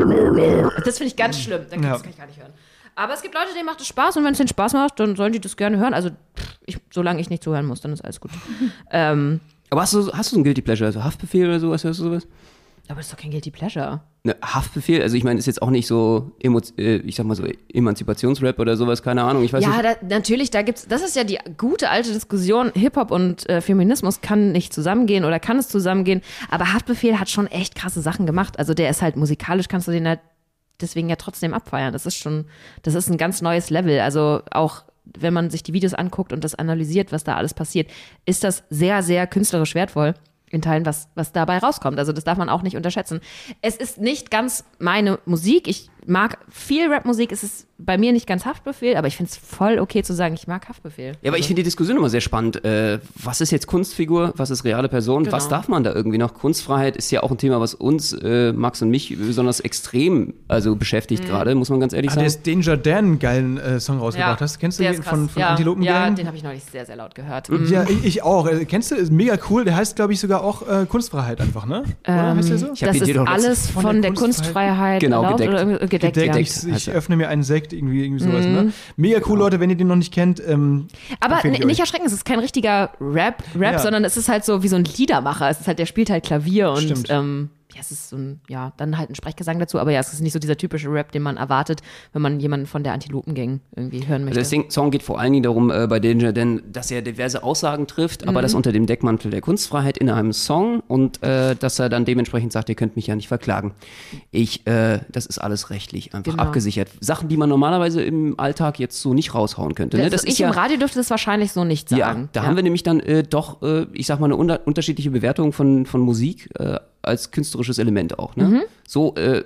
[SPEAKER 2] das finde ich ganz schlimm. Das kann,
[SPEAKER 1] Ja.
[SPEAKER 2] das kann ich gar nicht hören. Aber es gibt Leute, denen macht es Spaß und wenn es denen Spaß macht, dann sollen die das gerne hören. Also pff, ich, solange ich nicht zuhören muss, dann ist alles gut. ähm,
[SPEAKER 4] Aber hast du, hast du so ein Guilty Pleasure? Also Haftbefehl oder sowas? Hörst du sowas?
[SPEAKER 2] aber das ist doch kein Guilty Pleasure.
[SPEAKER 4] Ne, Haftbefehl, also ich meine, ist jetzt auch nicht so, emo, äh, ich sag mal so, Emanzipationsrap oder sowas, keine Ahnung, ich weiß
[SPEAKER 2] Ja,
[SPEAKER 4] nicht.
[SPEAKER 2] da, natürlich, da gibt's, das ist ja die gute alte Diskussion, Hip-Hop und äh, Feminismus kann nicht zusammengehen oder kann es zusammengehen, aber Haftbefehl hat schon echt krasse Sachen gemacht, also der ist halt musikalisch, kannst du den halt deswegen ja trotzdem abfeiern, das ist schon, das ist ein ganz neues Level, also auch wenn man sich die Videos anguckt und das analysiert, was da alles passiert, ist das sehr, sehr künstlerisch wertvoll. In Teilen, was, was dabei rauskommt. Also das darf man auch nicht unterschätzen. Es ist nicht ganz meine Musik. Ich mag viel Rapmusik. Es ist bei mir nicht ganz Haftbefehl, aber ich finde es voll okay zu sagen, ich mag Haftbefehl.
[SPEAKER 4] Ja, aber ich finde die Diskussion immer sehr spannend. Äh, was ist jetzt Kunstfigur? Was ist reale Person?
[SPEAKER 2] Genau.
[SPEAKER 4] Was darf man da irgendwie noch? Kunstfreiheit ist ja auch ein Thema, was uns, äh, Max und mich, besonders extrem also beschäftigt
[SPEAKER 2] Mhm.
[SPEAKER 4] gerade, muss man ganz ehrlich
[SPEAKER 1] Hat
[SPEAKER 4] sagen.
[SPEAKER 1] jetzt Danger Dan einen geilen äh, Song rausgebracht. Hast, kennst du
[SPEAKER 2] der
[SPEAKER 1] den
[SPEAKER 2] ist krass.
[SPEAKER 1] von, von
[SPEAKER 2] ja,
[SPEAKER 1] Antilopen
[SPEAKER 2] Ja,
[SPEAKER 1] Gang?
[SPEAKER 2] den habe ich neulich sehr, sehr laut gehört.
[SPEAKER 1] Ja, ich, ich auch. Äh, Kennst du? Ist mega cool. Der heißt, glaube ich, sogar auch äh, Kunstfreiheit einfach, ne? Oder heißt der so?
[SPEAKER 4] Ich hab
[SPEAKER 2] Das
[SPEAKER 4] die Idee
[SPEAKER 2] ist
[SPEAKER 4] doch letztens
[SPEAKER 2] alles
[SPEAKER 1] von
[SPEAKER 2] von,
[SPEAKER 1] der
[SPEAKER 2] der
[SPEAKER 1] Kunstfreiheit-
[SPEAKER 2] Kunstfreiheit
[SPEAKER 4] Genau,
[SPEAKER 2] erlaubt
[SPEAKER 4] gedeckt.
[SPEAKER 2] oder irgendwie- gedeckt.
[SPEAKER 1] Gedeckt.
[SPEAKER 2] ja.
[SPEAKER 1] Ich, ich
[SPEAKER 4] heißt er.
[SPEAKER 1] öffne mir einen Sekt, irgendwie, irgendwie sowas, ne? Mega cool, Leute, wenn ihr den noch nicht kennt. Ähm,
[SPEAKER 2] Aber
[SPEAKER 1] empfehle ich
[SPEAKER 2] n- nicht
[SPEAKER 1] euch.
[SPEAKER 2] erschrecken, es ist kein richtiger Rap, Rap,
[SPEAKER 1] Ja.
[SPEAKER 2] sondern es ist halt so wie so ein Liedermacher. Es ist halt, der spielt halt Klavier und
[SPEAKER 1] Stimmt.
[SPEAKER 2] ähm, ja, es ist so ein, ja, dann halt ein Sprechgesang dazu, aber ja, es ist nicht so dieser typische Rap, den man erwartet, wenn man jemanden von der Antilopengang irgendwie hören möchte.
[SPEAKER 4] Also der Song geht vor allen Dingen darum äh, bei Danger Dan, dass er diverse Aussagen trifft,
[SPEAKER 2] Mhm.
[SPEAKER 4] aber das unter dem Deckmantel der Kunstfreiheit in einem Song und äh, dass er dann dementsprechend sagt, ihr könnt mich ja nicht verklagen. Ich, äh, das ist alles rechtlich einfach
[SPEAKER 2] Genau.
[SPEAKER 4] abgesichert. Sachen, die man normalerweise im Alltag jetzt so nicht raushauen könnte. Ne?
[SPEAKER 2] also
[SPEAKER 4] Das
[SPEAKER 2] ich
[SPEAKER 4] ist ja,
[SPEAKER 2] im Radio dürfte das wahrscheinlich so nicht
[SPEAKER 4] ja,
[SPEAKER 2] sagen.
[SPEAKER 4] da haben wir nämlich dann äh, doch, äh, ich sag mal, eine unter unterschiedliche Bewertung von, von Musik äh, als künstlerisches Element auch. Ne?
[SPEAKER 2] Mhm.
[SPEAKER 4] So, äh,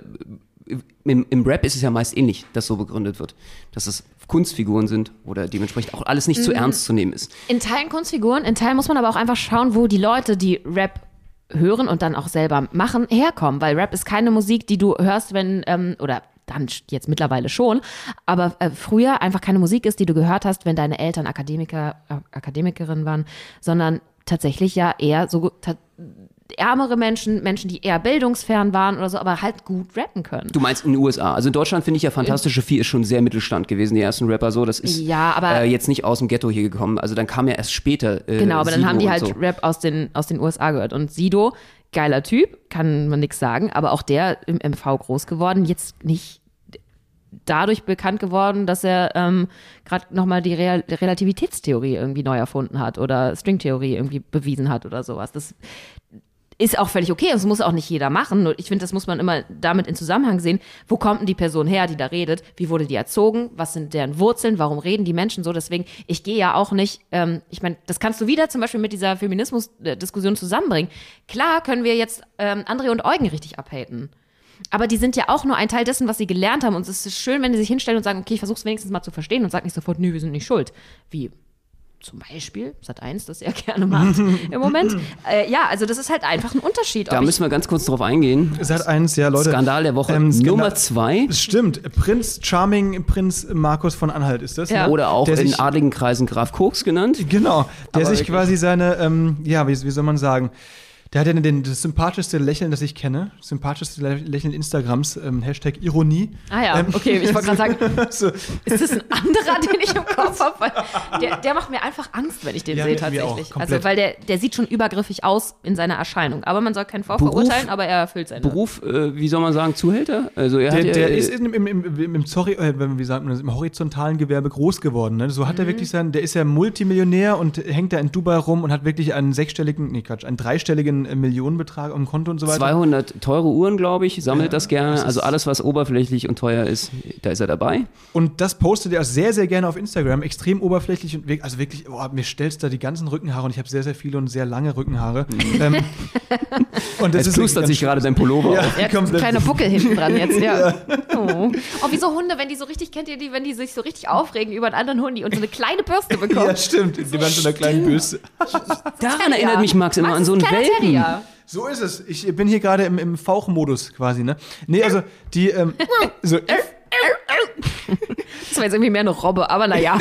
[SPEAKER 4] im, im Rap ist es ja meist ähnlich, dass so begründet wird, dass es Kunstfiguren sind oder dementsprechend auch alles nicht zu
[SPEAKER 2] Mhm.
[SPEAKER 4] ernst zu nehmen ist.
[SPEAKER 2] In Teilen Kunstfiguren, in Teilen muss man aber auch einfach schauen, wo die Leute, die Rap hören und dann auch selber machen, herkommen. Weil Rap ist keine Musik, die du hörst, wenn, ähm, oder dann jetzt mittlerweile schon, aber äh, früher einfach keine Musik ist, die du gehört hast, wenn deine Eltern Akademiker, äh, Akademikerinnen waren, sondern tatsächlich ja eher so ta- ärmere Menschen, Menschen, die eher bildungsfern waren oder so, aber halt gut rappen können.
[SPEAKER 4] Du meinst in den U S A. Also in Deutschland finde ich ja Fantastische Vier ist schon sehr Mittelstand gewesen, die ersten Rapper so. Das ist
[SPEAKER 2] Ja, aber-
[SPEAKER 4] äh, jetzt nicht aus dem Ghetto hier gekommen. Also dann kam ja erst später äh,
[SPEAKER 2] Genau, aber dann
[SPEAKER 4] Sido
[SPEAKER 2] haben die
[SPEAKER 4] und
[SPEAKER 2] halt
[SPEAKER 4] so.
[SPEAKER 2] Rap aus den, aus den U S A gehört. Und Sido, geiler Typ, kann man nichts sagen, aber auch der im M V groß geworden, jetzt nicht dadurch bekannt geworden, dass er ähm, gerade nochmal die Real Relativitätstheorie irgendwie neu erfunden hat oder Stringtheorie irgendwie bewiesen hat oder sowas. Das ist auch völlig okay, das muss auch nicht jeder machen. Nur ich finde, das muss man immer damit in Zusammenhang sehen. Wo kommt denn die Person her, die da redet? Wie wurde die erzogen? Was sind deren Wurzeln? Warum reden die Menschen so? Deswegen, ich gehe ja auch nicht, ähm, ich meine, das kannst du wieder zum Beispiel mit dieser Feminismus-Diskussion zusammenbringen. Klar können wir jetzt ähm, André und Eugen richtig abhaten. Aber die sind ja auch nur ein Teil dessen, was sie gelernt haben. Und es ist schön, wenn die sich hinstellen und sagen, okay, ich versuch's wenigstens mal zu verstehen und sag nicht sofort, nö, wir sind nicht schuld. Wie zum Beispiel Sat eins das ja gerne macht im Moment. Äh, ja, also das ist halt einfach ein Unterschied.
[SPEAKER 4] Da
[SPEAKER 2] ob
[SPEAKER 4] müssen wir ganz kurz drauf eingehen.
[SPEAKER 1] Sat eins, ja, Leute.
[SPEAKER 4] Skandal der Woche
[SPEAKER 1] Ähm, Skandal-
[SPEAKER 4] Nummer zwei.
[SPEAKER 1] Es stimmt. Prinz Charming, Prinz Markus von Anhalt ist das.
[SPEAKER 2] Ja.
[SPEAKER 1] ne?
[SPEAKER 4] Oder auch
[SPEAKER 1] Der
[SPEAKER 4] in
[SPEAKER 1] sich-
[SPEAKER 4] adligen Kreisen Graf Koks genannt.
[SPEAKER 1] Genau, der
[SPEAKER 4] Aber
[SPEAKER 1] sich
[SPEAKER 4] wirklich.
[SPEAKER 1] quasi seine, ähm, ja, wie, wie soll man sagen, Der hat ja den, das sympathischste Lächeln, das ich kenne. Das sympathischste Lächeln Instagrams, ähm, Hashtag Ironie.
[SPEAKER 2] Ah ja,
[SPEAKER 1] Ähm,
[SPEAKER 2] okay, ich wollte gerade sagen,
[SPEAKER 1] so.
[SPEAKER 2] ist das ein anderer, den ich im Kopf habe? Der, der macht mir einfach Angst, wenn ich den
[SPEAKER 1] Ja,
[SPEAKER 2] sehe
[SPEAKER 1] mir- mir auch,
[SPEAKER 2] tatsächlich.
[SPEAKER 1] komplett.
[SPEAKER 2] Also, weil der, der sieht schon übergriffig aus in seiner Erscheinung. Aber man soll keinen
[SPEAKER 4] Beruf-
[SPEAKER 2] vorverurteilen, aber er erfüllt seine.
[SPEAKER 4] Beruf, äh, wie soll man sagen, Zuhälter? Also er
[SPEAKER 1] Der,
[SPEAKER 4] hat ja,
[SPEAKER 1] der
[SPEAKER 4] äh,
[SPEAKER 1] ist im, im, im, im, im, sorry, äh, wie sagt man das, im horizontalen Gewerbe groß geworden. Ne? So hat er wirklich sein, der ist ja Multimillionär und hängt da in Dubai rum und hat wirklich einen sechsstelligen, nee Quatsch, einen dreistelligen äh, Millionenbetrag am Konto und so weiter.
[SPEAKER 4] zweihundert teure Uhren, glaube ich, sammelt
[SPEAKER 1] Ja,
[SPEAKER 4] das gerne.
[SPEAKER 1] das ist-
[SPEAKER 4] Also alles, was oberflächlich und teuer ist, da ist er dabei.
[SPEAKER 1] Und das postet er auch sehr, sehr gerne auf Instagram, extrem oberflächlich und wirklich, also wirklich, oh, mir stellst da die ganzen Rückenhaare und ich habe sehr, sehr viele und sehr lange Rückenhaare. ähm, und das
[SPEAKER 4] Jetzt plustert
[SPEAKER 1] ganz
[SPEAKER 4] sich gerade dein Pullover
[SPEAKER 1] Ja.
[SPEAKER 4] auf.
[SPEAKER 2] Ja,
[SPEAKER 1] komplett.
[SPEAKER 2] kleiner Buckel hinten dran jetzt, ja. Oh. oh, wie so Hunde, wenn die so richtig, kennt ihr die, wenn die sich so richtig aufregen über einen anderen Hund die und so eine kleine Bürste bekommen?
[SPEAKER 1] Ja, stimmt. Die waren so einer kleinen Bürste.
[SPEAKER 4] Daran erinnert mich Max immer an so einen
[SPEAKER 2] ist ein kleiner
[SPEAKER 4] Welpen.
[SPEAKER 2] Terrier.
[SPEAKER 1] So ist es. Ich bin hier gerade im, im Fauchmodus quasi, ne? Nee, also die, ähm, so,
[SPEAKER 2] Das war jetzt irgendwie mehr eine Robbe, aber naja.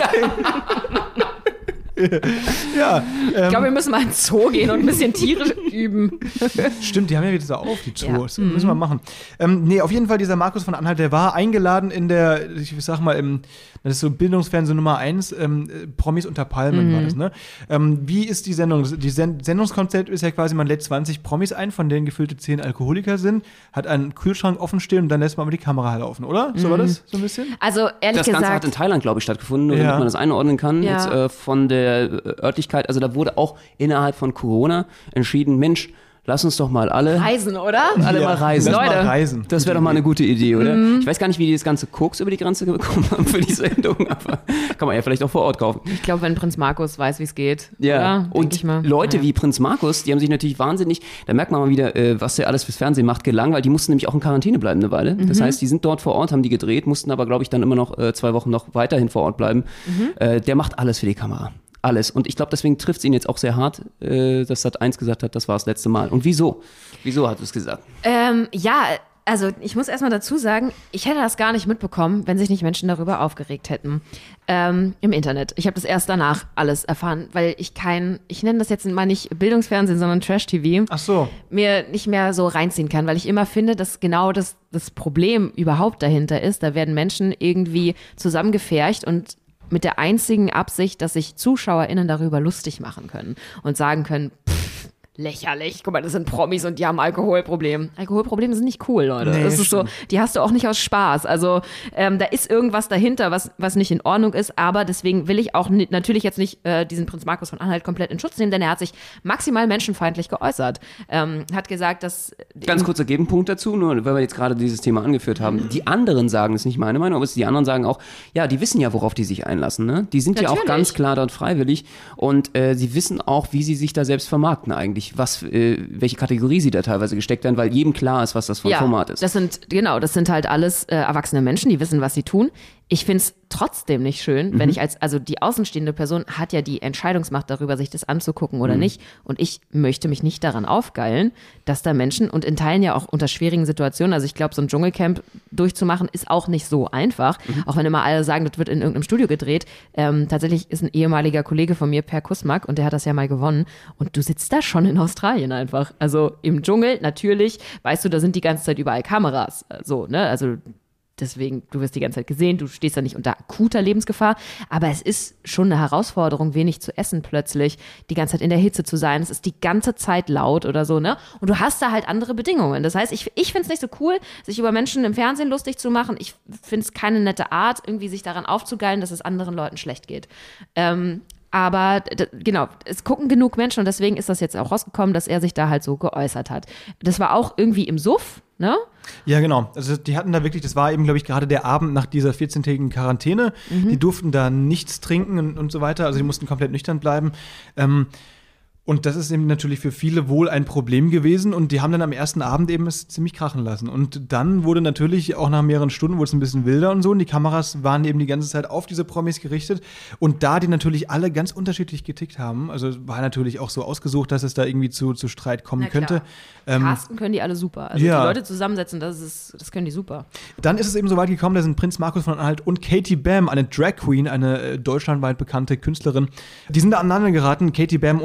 [SPEAKER 1] ja,
[SPEAKER 2] Ich glaube, wir müssen mal ins Zoo gehen und ein bisschen Tiere üben.
[SPEAKER 1] stimmt, die haben ja wieder so auf, die
[SPEAKER 2] Ja.
[SPEAKER 1] Zoos. Müssen wir machen. Ähm, nee, auf jeden Fall, dieser Markus von Anhalt, der war eingeladen in der, ich sag mal, im, das ist so Bildungsfernsehen Nummer eins, ähm, Promis unter Palmen war das, ne? Ähm, wie ist die Sendung? Die Sen- Sendungskonzept ist ja quasi, man lädt zwanzig Promis ein, von denen gefüllte zehn Alkoholiker sind, hat einen Kühlschrank offen stehen und dann lässt man aber die Kamera laufen, oder? So war das so ein bisschen?
[SPEAKER 2] Also, ehrlich
[SPEAKER 4] Das Ganze hat
[SPEAKER 2] gesagt,
[SPEAKER 4] in Thailand, glaube ich, stattgefunden, nur
[SPEAKER 1] Ja.
[SPEAKER 4] damit man das einordnen kann.
[SPEAKER 2] Ja.
[SPEAKER 4] Jetzt äh, von der äh, Örtlichkeit, also da wurde auch innerhalb von Corona entschieden, Mensch, lass uns doch mal alle,
[SPEAKER 2] Reisen, oder?
[SPEAKER 4] alle
[SPEAKER 1] Ja,
[SPEAKER 4] mal reisen.
[SPEAKER 1] lass mal
[SPEAKER 2] Leute,
[SPEAKER 1] reisen.
[SPEAKER 4] Das wäre doch mal eine gute Idee, oder? Ich weiß gar nicht, wie die das ganze Koks über die Grenze bekommen haben für die Sendung, aber kann man ja vielleicht auch vor Ort kaufen.
[SPEAKER 2] Ich glaube, wenn Prinz Markus weiß, wie es geht.
[SPEAKER 4] Ja,
[SPEAKER 2] oder? Denk
[SPEAKER 4] und
[SPEAKER 2] ich mal.
[SPEAKER 4] Leute
[SPEAKER 2] Ja.
[SPEAKER 4] wie Prinz Markus, die haben sich natürlich wahnsinnig, da merkt man mal wieder, äh, was der alles fürs Fernsehen macht, gelangweilt. Die mussten nämlich auch in Quarantäne bleiben eine Weile. Das
[SPEAKER 2] Mhm.
[SPEAKER 4] heißt, die sind dort vor Ort, haben die gedreht, mussten aber, glaube ich, dann immer noch äh, zwei Wochen noch weiterhin vor Ort bleiben.
[SPEAKER 2] Mhm.
[SPEAKER 4] Äh, der macht alles für die Kamera. Alles. Und ich glaube, deswegen trifft es ihn jetzt auch sehr hart, äh, dass Sat eins gesagt hat, das war das letzte Mal. Und wieso? Wieso hat er es gesagt?
[SPEAKER 2] Ähm, ja, also ich muss erstmal dazu sagen, ich hätte das gar nicht mitbekommen, wenn sich nicht Menschen darüber aufgeregt hätten. Ähm, im Internet. Ich habe das erst danach alles erfahren, weil ich kein, ich nenne das jetzt mal nicht Bildungsfernsehen, sondern Trash-T V,
[SPEAKER 1] Ach so.
[SPEAKER 2] mir nicht mehr so reinziehen kann, weil ich immer finde, dass genau das, das Problem überhaupt dahinter ist. Da werden Menschen irgendwie zusammengefercht und mit der einzigen Absicht, dass sich ZuschauerInnen darüber lustig machen können und sagen können, pff, lächerlich, guck mal, das sind Promis und die haben Alkoholprobleme. Alkoholprobleme sind nicht cool, Leute.
[SPEAKER 1] Nee,
[SPEAKER 2] das ist so,
[SPEAKER 1] stimmt.
[SPEAKER 2] die hast du auch nicht aus Spaß. Also ähm, da ist irgendwas dahinter, was, was nicht in Ordnung ist, aber deswegen will ich auch ni- natürlich jetzt nicht äh, diesen Prinz Markus von Anhalt komplett in Schutz nehmen, denn er hat sich maximal menschenfeindlich geäußert. Ähm, hat gesagt, dass
[SPEAKER 4] Ganz kurzer Gegenpunkt dazu, nur weil wir jetzt gerade dieses Thema angeführt haben. Die anderen sagen, das ist nicht meine Meinung, aber es- die anderen sagen auch, ja, die wissen ja, worauf die sich einlassen. Ne? Die sind ja auch
[SPEAKER 2] Natürlich.
[SPEAKER 4] ganz klar dort freiwillig und äh, sie wissen auch, wie sie sich da selbst vermarkten eigentlich, was, äh, welche Kategorie sie da teilweise gesteckt werden, weil jedem klar ist, was das für ein Format ist.
[SPEAKER 2] Das sind, genau, das sind halt alles äh, erwachsene Menschen, die wissen, was sie tun. Ich finde es trotzdem nicht schön, wenn ich als, also die außenstehende Person hat ja die Entscheidungsmacht darüber, sich das anzugucken oder nicht. Und ich möchte mich nicht daran aufgeilen, dass da Menschen und in Teilen ja auch unter schwierigen Situationen, also ich glaube, so ein Dschungelcamp durchzumachen, ist auch nicht so einfach. Auch wenn immer alle sagen, das wird in irgendeinem Studio gedreht. Ähm, tatsächlich ist ein ehemaliger Kollege von mir, Per Kusmak, und der hat das ja mal gewonnen. Und du sitzt da schon in Australien einfach. Also im Dschungel, natürlich, weißt du, da sind die ganze Zeit überall Kameras. So, ne, also deswegen, du wirst die ganze Zeit gesehen, du stehst da nicht unter akuter Lebensgefahr, aber es ist schon eine Herausforderung, wenig zu essen plötzlich, die ganze Zeit in der Hitze zu sein, es ist die ganze Zeit laut oder so, ne? Und du hast da halt andere Bedingungen. Das heißt, ich, ich finde es nicht so cool, sich über Menschen im Fernsehen lustig zu machen. Ich finde es keine nette Art, irgendwie sich daran aufzugeilen, dass es anderen Leuten schlecht geht. Ähm, Aber d- genau, es gucken genug Menschen und deswegen ist das jetzt auch rausgekommen, dass er sich da halt so geäußert hat. Das war auch irgendwie im Suff, ne?
[SPEAKER 1] Ja, genau. Also die hatten da wirklich, das war eben, glaube ich, gerade der Abend nach dieser vierzehntägigen Quarantäne. Die durften da nichts trinken und, und so weiter. Also die mussten komplett nüchtern bleiben. Ähm, und das ist eben natürlich für viele wohl ein Problem gewesen. Und die haben dann am ersten Abend eben es ziemlich krachen lassen. Und dann wurde natürlich auch nach mehreren Stunden wurde es ein bisschen wilder und so. Und die Kameras waren eben die ganze Zeit auf diese Promis gerichtet. Und da die natürlich alle ganz unterschiedlich getickt haben, also war natürlich auch so ausgesucht, dass es da irgendwie zu, zu Streit kommen
[SPEAKER 2] Na klar.
[SPEAKER 1] könnte. Ähm,
[SPEAKER 2] Casten können die alle super. Also
[SPEAKER 1] ja.
[SPEAKER 2] die Leute zusammensetzen, das ist, das können die super.
[SPEAKER 1] Dann ist es eben so weit gekommen, da sind Prinz Markus von Anhalt und Katie Bam, eine Drag Queen, eine äh, deutschlandweit bekannte Künstlerin, die sind da aneinander geraten, Katie Bam und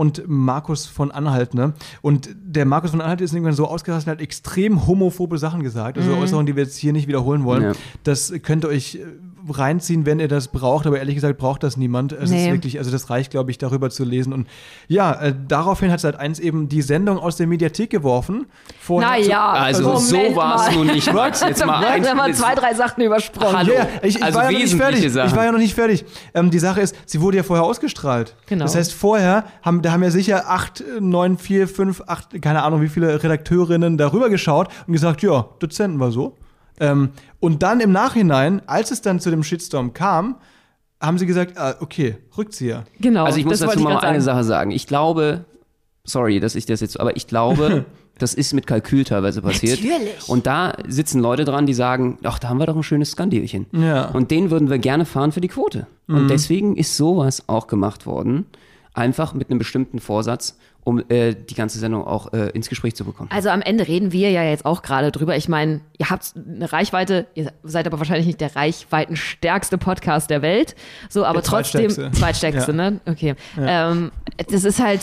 [SPEAKER 1] Markus von Anhalt, ne? Und der Markus von Anhalt ist irgendwann so ausgerastet, hat extrem homophobe Sachen gesagt, also mhm. Äußerungen, die wir jetzt hier nicht wiederholen wollen. Ja. Das könnt ihr euch reinziehen, wenn ihr das braucht, aber ehrlich gesagt braucht das niemand. Es nee. ist wirklich, also das reicht, glaube ich, darüber zu lesen. Und ja, äh, daraufhin hat Sat eins eben die Sendung aus der Mediathek geworfen.
[SPEAKER 2] Naja,
[SPEAKER 4] also so war es nun nicht, Max. Jetzt mal
[SPEAKER 2] ein, haben wir zwei, drei Sachen übersprungen.
[SPEAKER 1] Hallo. Ja, ich, ich,
[SPEAKER 4] also
[SPEAKER 1] war ja noch nicht fertig.
[SPEAKER 4] Sachen.
[SPEAKER 1] ich war ja noch nicht fertig. Ähm, die Sache ist, sie wurde ja vorher ausgestrahlt.
[SPEAKER 2] Genau.
[SPEAKER 1] Das heißt, vorher haben, da haben ja sicher acht, neun, vier, fünf, acht, keine Ahnung, wie viele Redakteurinnen darüber geschaut und gesagt, ja, das senden wir so. Ähm, und dann im Nachhinein, als es dann zu dem Shitstorm kam, haben sie gesagt, ah, okay, Rückzieher.
[SPEAKER 2] Genau.
[SPEAKER 4] Also ich muss dazu mal eine
[SPEAKER 2] sagen.
[SPEAKER 4] Sache sagen. Ich glaube, sorry, dass ich das jetzt, aber ich glaube, das ist mit Kalkül teilweise passiert.
[SPEAKER 2] Natürlich.
[SPEAKER 4] Und da sitzen Leute dran, die sagen, ach, da haben wir doch ein schönes Skandierchen.
[SPEAKER 1] Ja.
[SPEAKER 4] Und den würden wir gerne fahren für die Quote. Mhm. Und deswegen ist sowas auch gemacht worden, einfach mit einem bestimmten Vorsatz, um äh, die ganze Sendung auch äh, ins Gespräch zu bekommen.
[SPEAKER 2] Also am Ende reden wir ja jetzt auch gerade drüber. Ich meine, ihr habt eine Reichweite, ihr seid aber wahrscheinlich nicht der reichweitenstärkste Podcast der Welt. So, aber
[SPEAKER 1] der
[SPEAKER 2] trotzdem
[SPEAKER 1] zweitstärkste,
[SPEAKER 2] zweitstärkste,
[SPEAKER 1] ja.
[SPEAKER 2] ne? Okay.
[SPEAKER 1] Ja.
[SPEAKER 2] Ähm, das ist halt,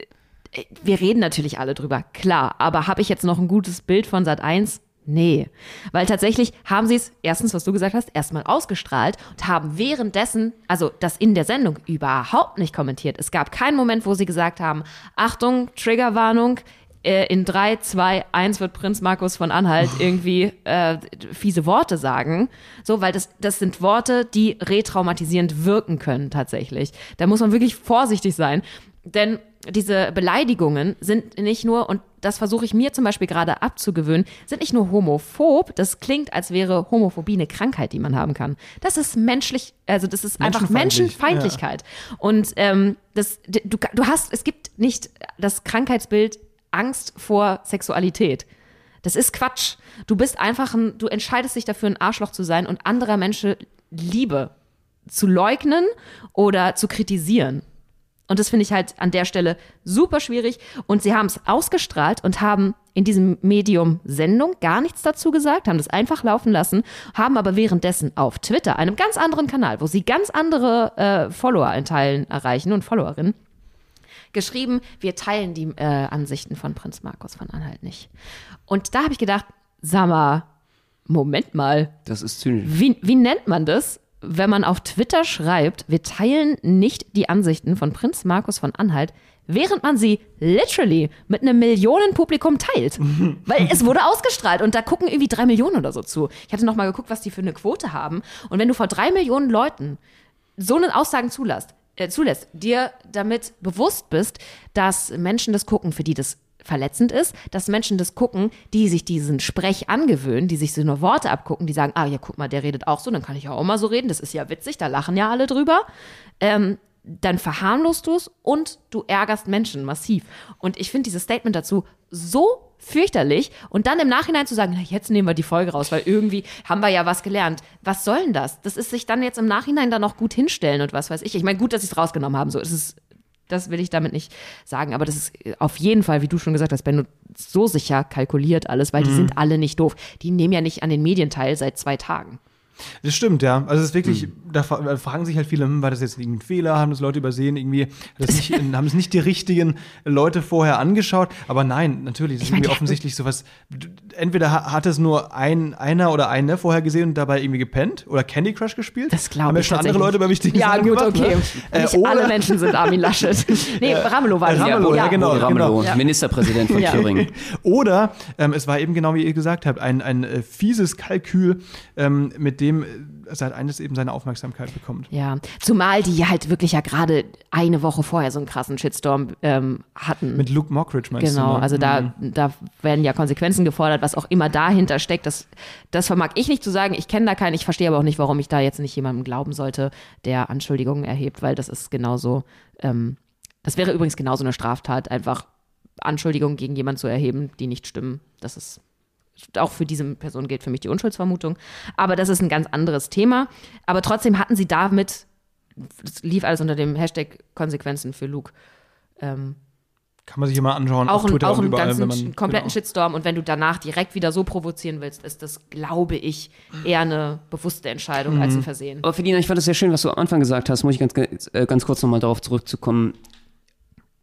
[SPEAKER 2] wir reden natürlich alle drüber, klar. Aber habe ich jetzt noch ein gutes Bild von Sat eins? Nee, weil tatsächlich haben sie es, erstens, was du gesagt hast, erstmal ausgestrahlt und haben währenddessen, also das in der Sendung, überhaupt nicht kommentiert. Es gab keinen Moment, wo sie gesagt haben, Achtung, Triggerwarnung, äh, in drei, zwei, eins wird Prinz Markus von Anhalt irgendwie äh, fiese Worte sagen. So, weil das, das sind Worte, die retraumatisierend wirken können tatsächlich. Da muss man wirklich vorsichtig sein, denn diese Beleidigungen sind nicht nur, und das versuche ich mir zum Beispiel gerade abzugewöhnen, sind nicht nur homophob, das klingt, als wäre Homophobie eine Krankheit, die man haben kann. Das ist menschlich, also das ist einfach Menschenfeindlichkeit. Ja. Und ähm, das, du, du hast, es gibt nicht das Krankheitsbild Angst vor Sexualität. Das ist Quatsch. Du bist einfach ein, du entscheidest dich dafür, ein Arschloch zu sein und anderer Menschen Liebe zu leugnen oder zu kritisieren. Und das finde ich halt an der Stelle super schwierig. Und sie haben es ausgestrahlt und haben in diesem Medium Sendung gar nichts dazu gesagt, haben das einfach laufen lassen, haben aber währenddessen auf Twitter, einem ganz anderen Kanal, wo sie ganz andere äh, Follower in Teilen erreichen und Followerinnen, geschrieben, wir teilen die äh, Ansichten von Prinz Markus von Anhalt nicht. Und da habe ich gedacht, sag mal, Moment mal.
[SPEAKER 4] Das ist zynisch.
[SPEAKER 2] Wie, wie nennt man das? Wenn man auf Twitter schreibt, wir teilen nicht die Ansichten von Prinz Markus von Anhalt, während man sie literally mit einem Millionenpublikum teilt. Weil es wurde ausgestrahlt und da gucken irgendwie drei Millionen oder so zu. Ich hatte noch mal geguckt, was die für eine Quote haben. Und wenn du vor drei Millionen Leuten so eine Aussagen zulässt, äh, zulässt, dir damit bewusst bist, dass Menschen das gucken, für die das verletzend ist, dass Menschen das gucken, die sich diesen Sprech angewöhnen, die sich so nur Worte abgucken, die sagen, ah ja, guck mal, der redet auch so, dann kann ich auch mal so reden, das ist ja witzig, da lachen ja alle drüber, ähm, dann verharmlost du es und du ärgerst Menschen massiv. Und ich finde dieses Statement dazu so fürchterlich und dann im Nachhinein zu sagen, na, jetzt nehmen wir die Folge raus, weil irgendwie haben wir ja was gelernt. Was soll denn das? Das ist sich dann jetzt im Nachhinein dann noch gut hinstellen und was weiß ich. Ich meine, gut, dass sie es rausgenommen haben, so ist es. Das will ich damit nicht sagen, aber das ist auf jeden Fall, wie du schon gesagt hast, Benno, so sicher kalkuliert alles, weil die mhm. sind alle nicht doof. Die nehmen ja nicht an den Medien teil seit zwei Tagen.
[SPEAKER 1] Das stimmt, ja. Also es ist wirklich, mhm. da fragen sich halt viele, hm, war das jetzt irgendein Fehler, haben das Leute übersehen, irgendwie, das nicht, haben es nicht die richtigen Leute vorher angeschaut, aber nein, natürlich, das ist irgendwie offensichtlich sowas, entweder hat es nur ein, einer oder eine vorher gesehen und dabei irgendwie gepennt oder Candy Crush gespielt.
[SPEAKER 2] Das glaube ich.
[SPEAKER 1] Haben ja schon andere Leute bei wichtigen
[SPEAKER 2] ja,
[SPEAKER 1] Sachen
[SPEAKER 2] gut,
[SPEAKER 1] gemacht,
[SPEAKER 2] okay.
[SPEAKER 1] Ne?
[SPEAKER 2] Nicht äh, alle Menschen sind Armin Laschet. Nee, Ramelow war
[SPEAKER 1] äh,
[SPEAKER 2] das.
[SPEAKER 1] Ramelow, ja,
[SPEAKER 2] ja,
[SPEAKER 1] genau.
[SPEAKER 4] Ramelow,
[SPEAKER 1] genau.
[SPEAKER 4] Ja. Ministerpräsident von
[SPEAKER 2] ja.
[SPEAKER 4] Thüringen.
[SPEAKER 1] Oder ähm, es war eben genau, wie ihr gesagt habt, ein, ein äh, fieses Kalkül, ähm, mit dem Sat eins eben seine Aufmerksamkeit bekommt.
[SPEAKER 2] Ja, zumal die halt wirklich ja gerade eine Woche vorher so einen krassen Shitstorm ähm, hatten.
[SPEAKER 1] Mit Luke Mockridge meinst
[SPEAKER 2] genau,
[SPEAKER 1] du? Genau,
[SPEAKER 2] also da,
[SPEAKER 1] mhm.
[SPEAKER 2] da werden ja Konsequenzen gefordert, was auch immer dahinter steckt. Das, das vermag ich nicht zu sagen. Ich kenne da keinen. Ich verstehe aber auch nicht, warum ich da jetzt nicht jemandem glauben sollte, der Anschuldigungen erhebt, weil das ist genauso, ähm, das wäre übrigens genauso eine Straftat, einfach Anschuldigungen gegen jemanden zu erheben, die nicht stimmen. Das ist auch für diese Person gilt für mich die Unschuldsvermutung. Aber das ist ein ganz anderes Thema. Aber trotzdem hatten sie damit, das lief alles unter dem Hashtag Konsequenzen für Luke. Ähm,
[SPEAKER 1] Kann man sich immer anschauen
[SPEAKER 2] auch
[SPEAKER 1] auf Twitter
[SPEAKER 2] ein, auch
[SPEAKER 1] und
[SPEAKER 2] einen
[SPEAKER 1] überall,
[SPEAKER 2] ganzen
[SPEAKER 1] wenn man,
[SPEAKER 2] kompletten
[SPEAKER 1] genau.
[SPEAKER 2] Shitstorm. Und wenn du danach direkt wieder so provozieren willst, ist das, glaube ich, eher eine bewusste Entscheidung
[SPEAKER 1] mhm.
[SPEAKER 2] als ein Versehen.
[SPEAKER 4] Aber Ferdinand, ich fand das sehr schön, was du am Anfang gesagt hast, muss ich ganz, ganz kurz nochmal darauf zurückzukommen.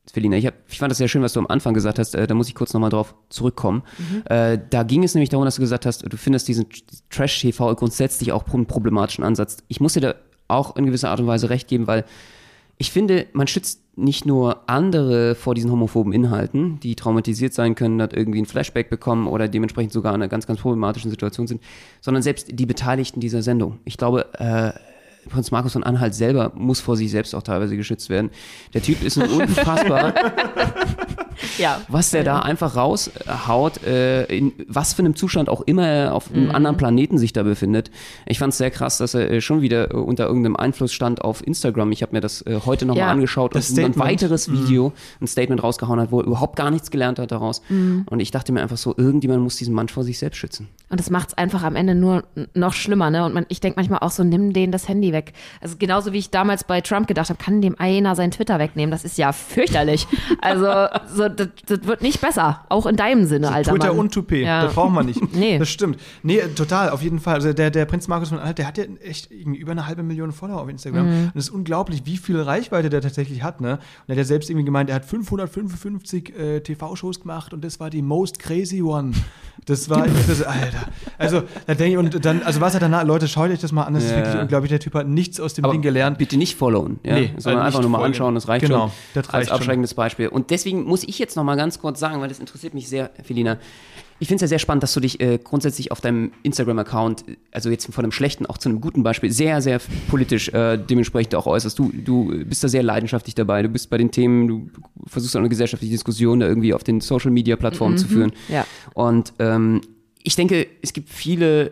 [SPEAKER 4] Felina, ich, hab, ich fand das sehr schön, was du am Anfang gesagt hast, äh, da muss ich kurz nochmal drauf zurückkommen. Mhm. Äh, da ging es nämlich darum, dass du gesagt hast, du findest diesen Trash-T V grundsätzlich auch einen problematischen Ansatz. Ich muss dir da auch in gewisser Art und Weise recht geben, weil ich finde, man schützt nicht nur andere vor diesen homophoben Inhalten, die traumatisiert sein können, dort irgendwie ein Flashback bekommen oder dementsprechend sogar in einer ganz, ganz problematischen Situation sind, sondern selbst die Beteiligten dieser Sendung. Ich glaube, äh, Prinz Markus von Anhalt selber muss vor sich selbst auch teilweise geschützt werden. Der Typ ist ein unfassbar,
[SPEAKER 2] ja.
[SPEAKER 4] was der da einfach raushaut, äh, in was für einem Zustand auch immer er auf einem mhm. anderen Planeten sich da befindet. Ich fand es sehr krass, dass er äh, schon wieder äh, unter irgendeinem Einfluss stand auf Instagram. Ich habe mir das äh, heute nochmal
[SPEAKER 2] ja.
[SPEAKER 4] angeschaut
[SPEAKER 1] das
[SPEAKER 4] und
[SPEAKER 1] Statement.
[SPEAKER 4] ein weiteres Video,
[SPEAKER 1] mhm.
[SPEAKER 4] ein Statement rausgehauen hat, wo er überhaupt gar nichts gelernt hat daraus. Mhm. Und ich dachte mir einfach so, irgendjemand muss diesen Mann vor sich selbst schützen.
[SPEAKER 2] Und das macht es einfach am Ende nur noch schlimmer, ne? Und man, ich denke manchmal auch so, nimm denen das Handy weg. Also genauso wie ich damals bei Trump gedacht habe, kann dem einer sein Twitter wegnehmen? Das ist ja fürchterlich. Also so, das, das wird nicht besser. Auch in deinem Sinne,
[SPEAKER 1] so,
[SPEAKER 2] alter
[SPEAKER 1] Twitter
[SPEAKER 2] Mann.
[SPEAKER 1] und Toupet,
[SPEAKER 2] ja.
[SPEAKER 1] das brauchen wir nicht.
[SPEAKER 2] Nee.
[SPEAKER 1] Das stimmt. Nee, total, auf jeden Fall. Also der, der Prinz Markus von Anhalt, der hat ja echt irgendwie über eine halbe Million Follower auf Instagram. Mhm. Und es ist unglaublich, wie viel Reichweite der tatsächlich hat. Ne? Und er hat ja selbst irgendwie gemeint, er hat fünfhundertfünfundfünfzig äh, T V-Shows gemacht und das war die most crazy one. Das war, das, Alter. Also, da denke ich, und dann, also was er danach, Leute, schaut euch das mal an, das ja. ist wirklich unglaublich. Der Typ hat nichts aus dem
[SPEAKER 4] Aber
[SPEAKER 1] Ding gelernt.
[SPEAKER 4] Bitte nicht followen, ja?
[SPEAKER 1] Nee,
[SPEAKER 4] sondern
[SPEAKER 1] also
[SPEAKER 4] einfach nur mal
[SPEAKER 1] folgen.
[SPEAKER 4] anschauen, das reicht
[SPEAKER 1] genau,
[SPEAKER 4] schon
[SPEAKER 1] das reicht
[SPEAKER 4] als abschreckendes
[SPEAKER 1] schon.
[SPEAKER 4] Beispiel. Und deswegen muss ich jetzt noch mal ganz kurz sagen, weil das interessiert mich sehr, Felina. Ich finde es ja sehr spannend, dass du dich äh, grundsätzlich auf deinem Instagram-Account, also jetzt von einem schlechten auch zu einem guten Beispiel, sehr, sehr politisch äh, dementsprechend auch äußerst. Du, du bist da sehr leidenschaftlich dabei. Du bist bei den Themen, du versuchst auch eine gesellschaftliche Diskussion da irgendwie auf den Social-Media-Plattformen
[SPEAKER 2] mhm.
[SPEAKER 4] zu führen.
[SPEAKER 2] Ja.
[SPEAKER 4] Und ähm, ich denke, es gibt viele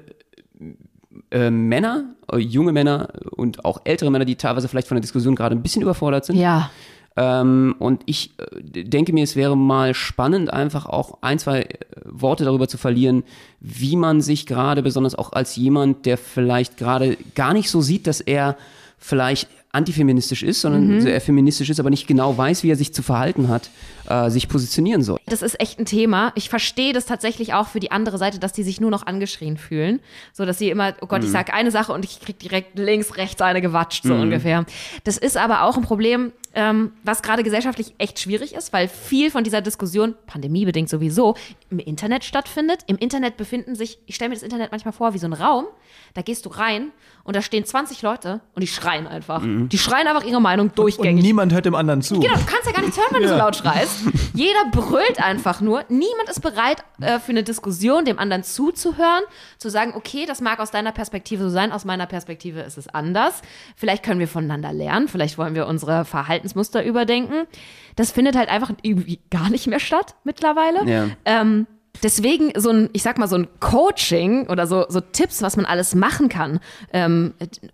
[SPEAKER 4] äh, Männer, äh, junge Männer und auch ältere Männer, die teilweise vielleicht von der Diskussion gerade ein bisschen überfordert sind.
[SPEAKER 2] Ja.
[SPEAKER 4] Ähm, und ich äh, denke mir, es wäre mal spannend, einfach auch ein, zwei äh, Worte darüber zu verlieren, wie man sich gerade, besonders auch als jemand, der vielleicht gerade gar nicht so sieht, dass er vielleicht antifeministisch ist, sondern mhm. er feministisch ist, aber nicht genau weiß, wie er sich zu verhalten hat, äh, sich positionieren soll.
[SPEAKER 2] Das ist echt ein Thema. Ich verstehe das tatsächlich auch für die andere Seite, dass die sich nur noch angeschrien fühlen. So, dass sie immer, oh Gott, mhm. ich sage eine Sache und ich krieg direkt links, rechts eine gewatscht, so mhm. ungefähr. Das ist aber auch ein Problem, ähm, was gerade gesellschaftlich echt schwierig ist, weil viel von dieser Diskussion, pandemiebedingt sowieso, im Internet stattfindet. Im Internet befinden sich, ich stelle mir das Internet manchmal vor wie so ein Raum, da gehst du rein und da stehen zwanzig Leute und die schreien einfach. Mhm. Die schreien einfach ihre Meinung durchgängig.
[SPEAKER 1] Und niemand hört dem anderen zu.
[SPEAKER 2] Genau, du kannst ja gar nichts hören, wenn ja. du so laut schreist. Jeder brüllt einfach nur. Niemand ist bereit, äh, für eine Diskussion dem anderen zuzuhören, zu sagen, okay, das mag aus deiner Perspektive so sein, aus meiner Perspektive ist es anders. Vielleicht können wir voneinander lernen, vielleicht wollen wir unsere Verhaltensmuster überdenken. Das findet halt einfach irgendwie gar nicht mehr statt mittlerweile.
[SPEAKER 4] Ja.
[SPEAKER 2] Ähm, Deswegen so ein, ich sag mal, so ein Coaching oder so, so Tipps, was man alles machen kann, ähm,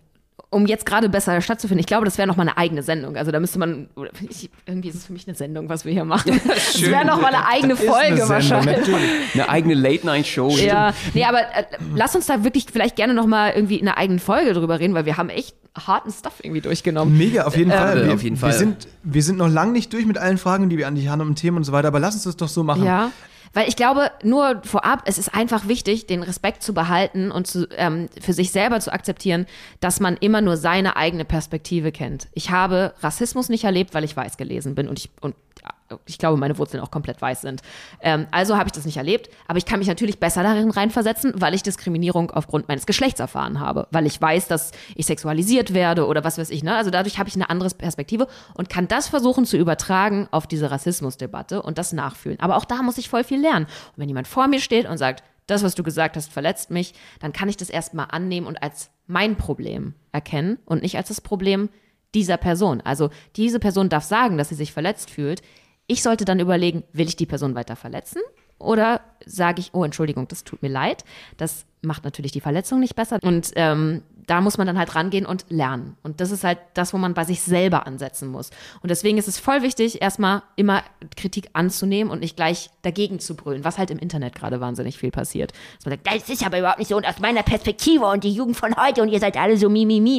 [SPEAKER 2] um jetzt gerade besser stattzufinden. Ich glaube, das wäre noch mal eine eigene Sendung. Also da müsste man, ich, irgendwie ist es für mich eine Sendung, was wir hier machen. Das wäre noch mal eine eigene
[SPEAKER 1] das
[SPEAKER 2] Folge
[SPEAKER 1] eine
[SPEAKER 2] wahrscheinlich.
[SPEAKER 1] Sendung,
[SPEAKER 4] eine eigene Late-Night-Show.
[SPEAKER 2] Ja, nee, aber äh, lass uns da wirklich vielleicht gerne noch mal irgendwie in einer eigenen Folge drüber reden, weil wir haben echt harten Stuff irgendwie durchgenommen.
[SPEAKER 1] Mega, auf jeden
[SPEAKER 2] äh,
[SPEAKER 1] Fall. Wir,
[SPEAKER 4] auf jeden Fall.
[SPEAKER 1] Wir sind, wir sind noch lange nicht durch mit allen Fragen, die wir an dich haben und Themen und so weiter, aber lass uns das doch so machen.
[SPEAKER 2] Ja. Weil ich glaube, nur vorab, es ist einfach wichtig, den Respekt zu behalten und zu, ähm, für sich selber zu akzeptieren, dass man immer nur seine eigene Perspektive kennt. Ich habe Rassismus nicht erlebt, weil ich weiß gelesen bin und ich, und ich glaube, meine Wurzeln auch komplett weiß sind. Ähm, also habe ich das nicht erlebt, aber ich kann mich natürlich besser darin reinversetzen, weil ich Diskriminierung aufgrund meines Geschlechts erfahren habe, weil ich weiß, dass ich sexualisiert werde oder was weiß ich. Ne? Also dadurch habe ich eine andere Perspektive und kann das versuchen zu übertragen auf diese Rassismusdebatte und das nachfühlen. Aber auch da muss ich voll viel lernen. Und wenn jemand vor mir steht und sagt, das, was du gesagt hast, verletzt mich, dann kann ich das erstmal annehmen und als mein Problem erkennen und nicht als das Problem dieser Person. Also diese Person darf sagen, dass sie sich verletzt fühlt. Ich sollte dann überlegen, will ich die Person weiter verletzen? Oder sage ich, oh, Entschuldigung, das tut mir leid. Das macht natürlich die Verletzung nicht besser. Und ähm, da muss man dann halt rangehen und lernen. Und das ist halt das, wo man bei sich selber ansetzen muss. Und deswegen ist es voll wichtig, erstmal immer Kritik anzunehmen und nicht gleich dagegen zu brüllen, was halt im Internet gerade wahnsinnig viel passiert. Dass man sagt, das ist aber überhaupt nicht so und aus meiner Perspektive und die Jugend von heute und ihr seid alle so mi, mi, mi.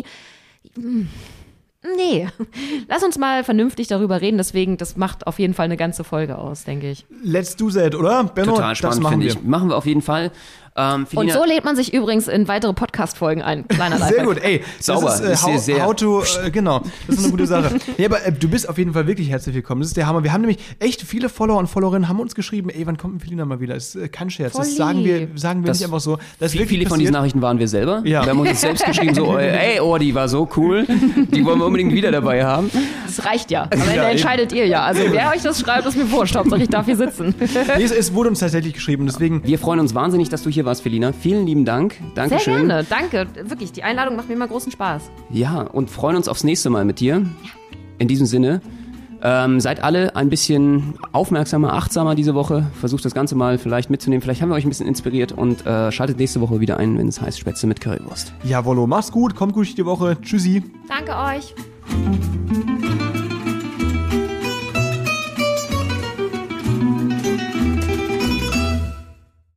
[SPEAKER 2] Hm. Nee, lass uns mal vernünftig darüber reden. Deswegen, das macht auf jeden Fall eine ganze Folge aus, denke ich.
[SPEAKER 1] Let's do that, oder? Benno,
[SPEAKER 4] Total spannend,
[SPEAKER 1] das machen
[SPEAKER 4] finde
[SPEAKER 1] wir.
[SPEAKER 4] ich. Machen wir auf jeden Fall. Ähm,
[SPEAKER 2] Und so lädt man sich übrigens in weitere Podcast-Folgen ein. Kleiner Lifehack.
[SPEAKER 1] Sehr gut, ey. Das
[SPEAKER 4] Sauber.
[SPEAKER 1] ist, äh,
[SPEAKER 4] Ist
[SPEAKER 1] how,
[SPEAKER 4] sehr-
[SPEAKER 1] how to, äh, genau, das ist eine gute Sache. Nee, aber äh, du bist auf jeden Fall wirklich herzlich willkommen. Das ist der Hammer. Wir haben nämlich echt viele Follower und Followerinnen haben uns geschrieben, ey, wann kommt denn Felina mal wieder? Das ist äh, kein Scherz.
[SPEAKER 2] Voll
[SPEAKER 1] Das sagen wir,
[SPEAKER 2] lieb.
[SPEAKER 1] sagen wir
[SPEAKER 4] Das-
[SPEAKER 1] nicht einfach so. Das ist
[SPEAKER 4] Wie
[SPEAKER 1] wirklich
[SPEAKER 4] viele von diesen
[SPEAKER 1] passiert.
[SPEAKER 4] Nachrichten waren wir selber?
[SPEAKER 1] Ja.
[SPEAKER 4] Wir haben uns selbst geschrieben, so, ey, oh, die war so cool, die wollen wir unbedingt wieder dabei haben.
[SPEAKER 2] Das reicht ja. Am Ende
[SPEAKER 1] Ja, eben.
[SPEAKER 2] entscheidet ihr ja. Also wer euch das schreibt, ist mir wurscht. Hauptsache ich darf hier sitzen.
[SPEAKER 1] Nee, es, es wurde uns tatsächlich geschrieben, deswegen.
[SPEAKER 4] Wir freuen uns wahnsinnig, dass du hier warst, Felina. Vielen lieben Dank.
[SPEAKER 2] Sehr
[SPEAKER 4] Dankeschön.
[SPEAKER 2] gerne. Danke. Wirklich, die Einladung macht mir immer großen Spaß.
[SPEAKER 4] Ja, und freuen uns aufs nächste Mal mit dir. In diesem Sinne, ähm, seid alle ein bisschen aufmerksamer, achtsamer diese Woche. Versucht das Ganze mal vielleicht mitzunehmen. Vielleicht haben wir euch ein bisschen inspiriert und äh, schaltet nächste Woche wieder ein, wenn es heißt Spätzle mit Currywurst.
[SPEAKER 1] Jawollo, mach's gut, kommt gut durch die Woche. Tschüssi.
[SPEAKER 2] Danke euch.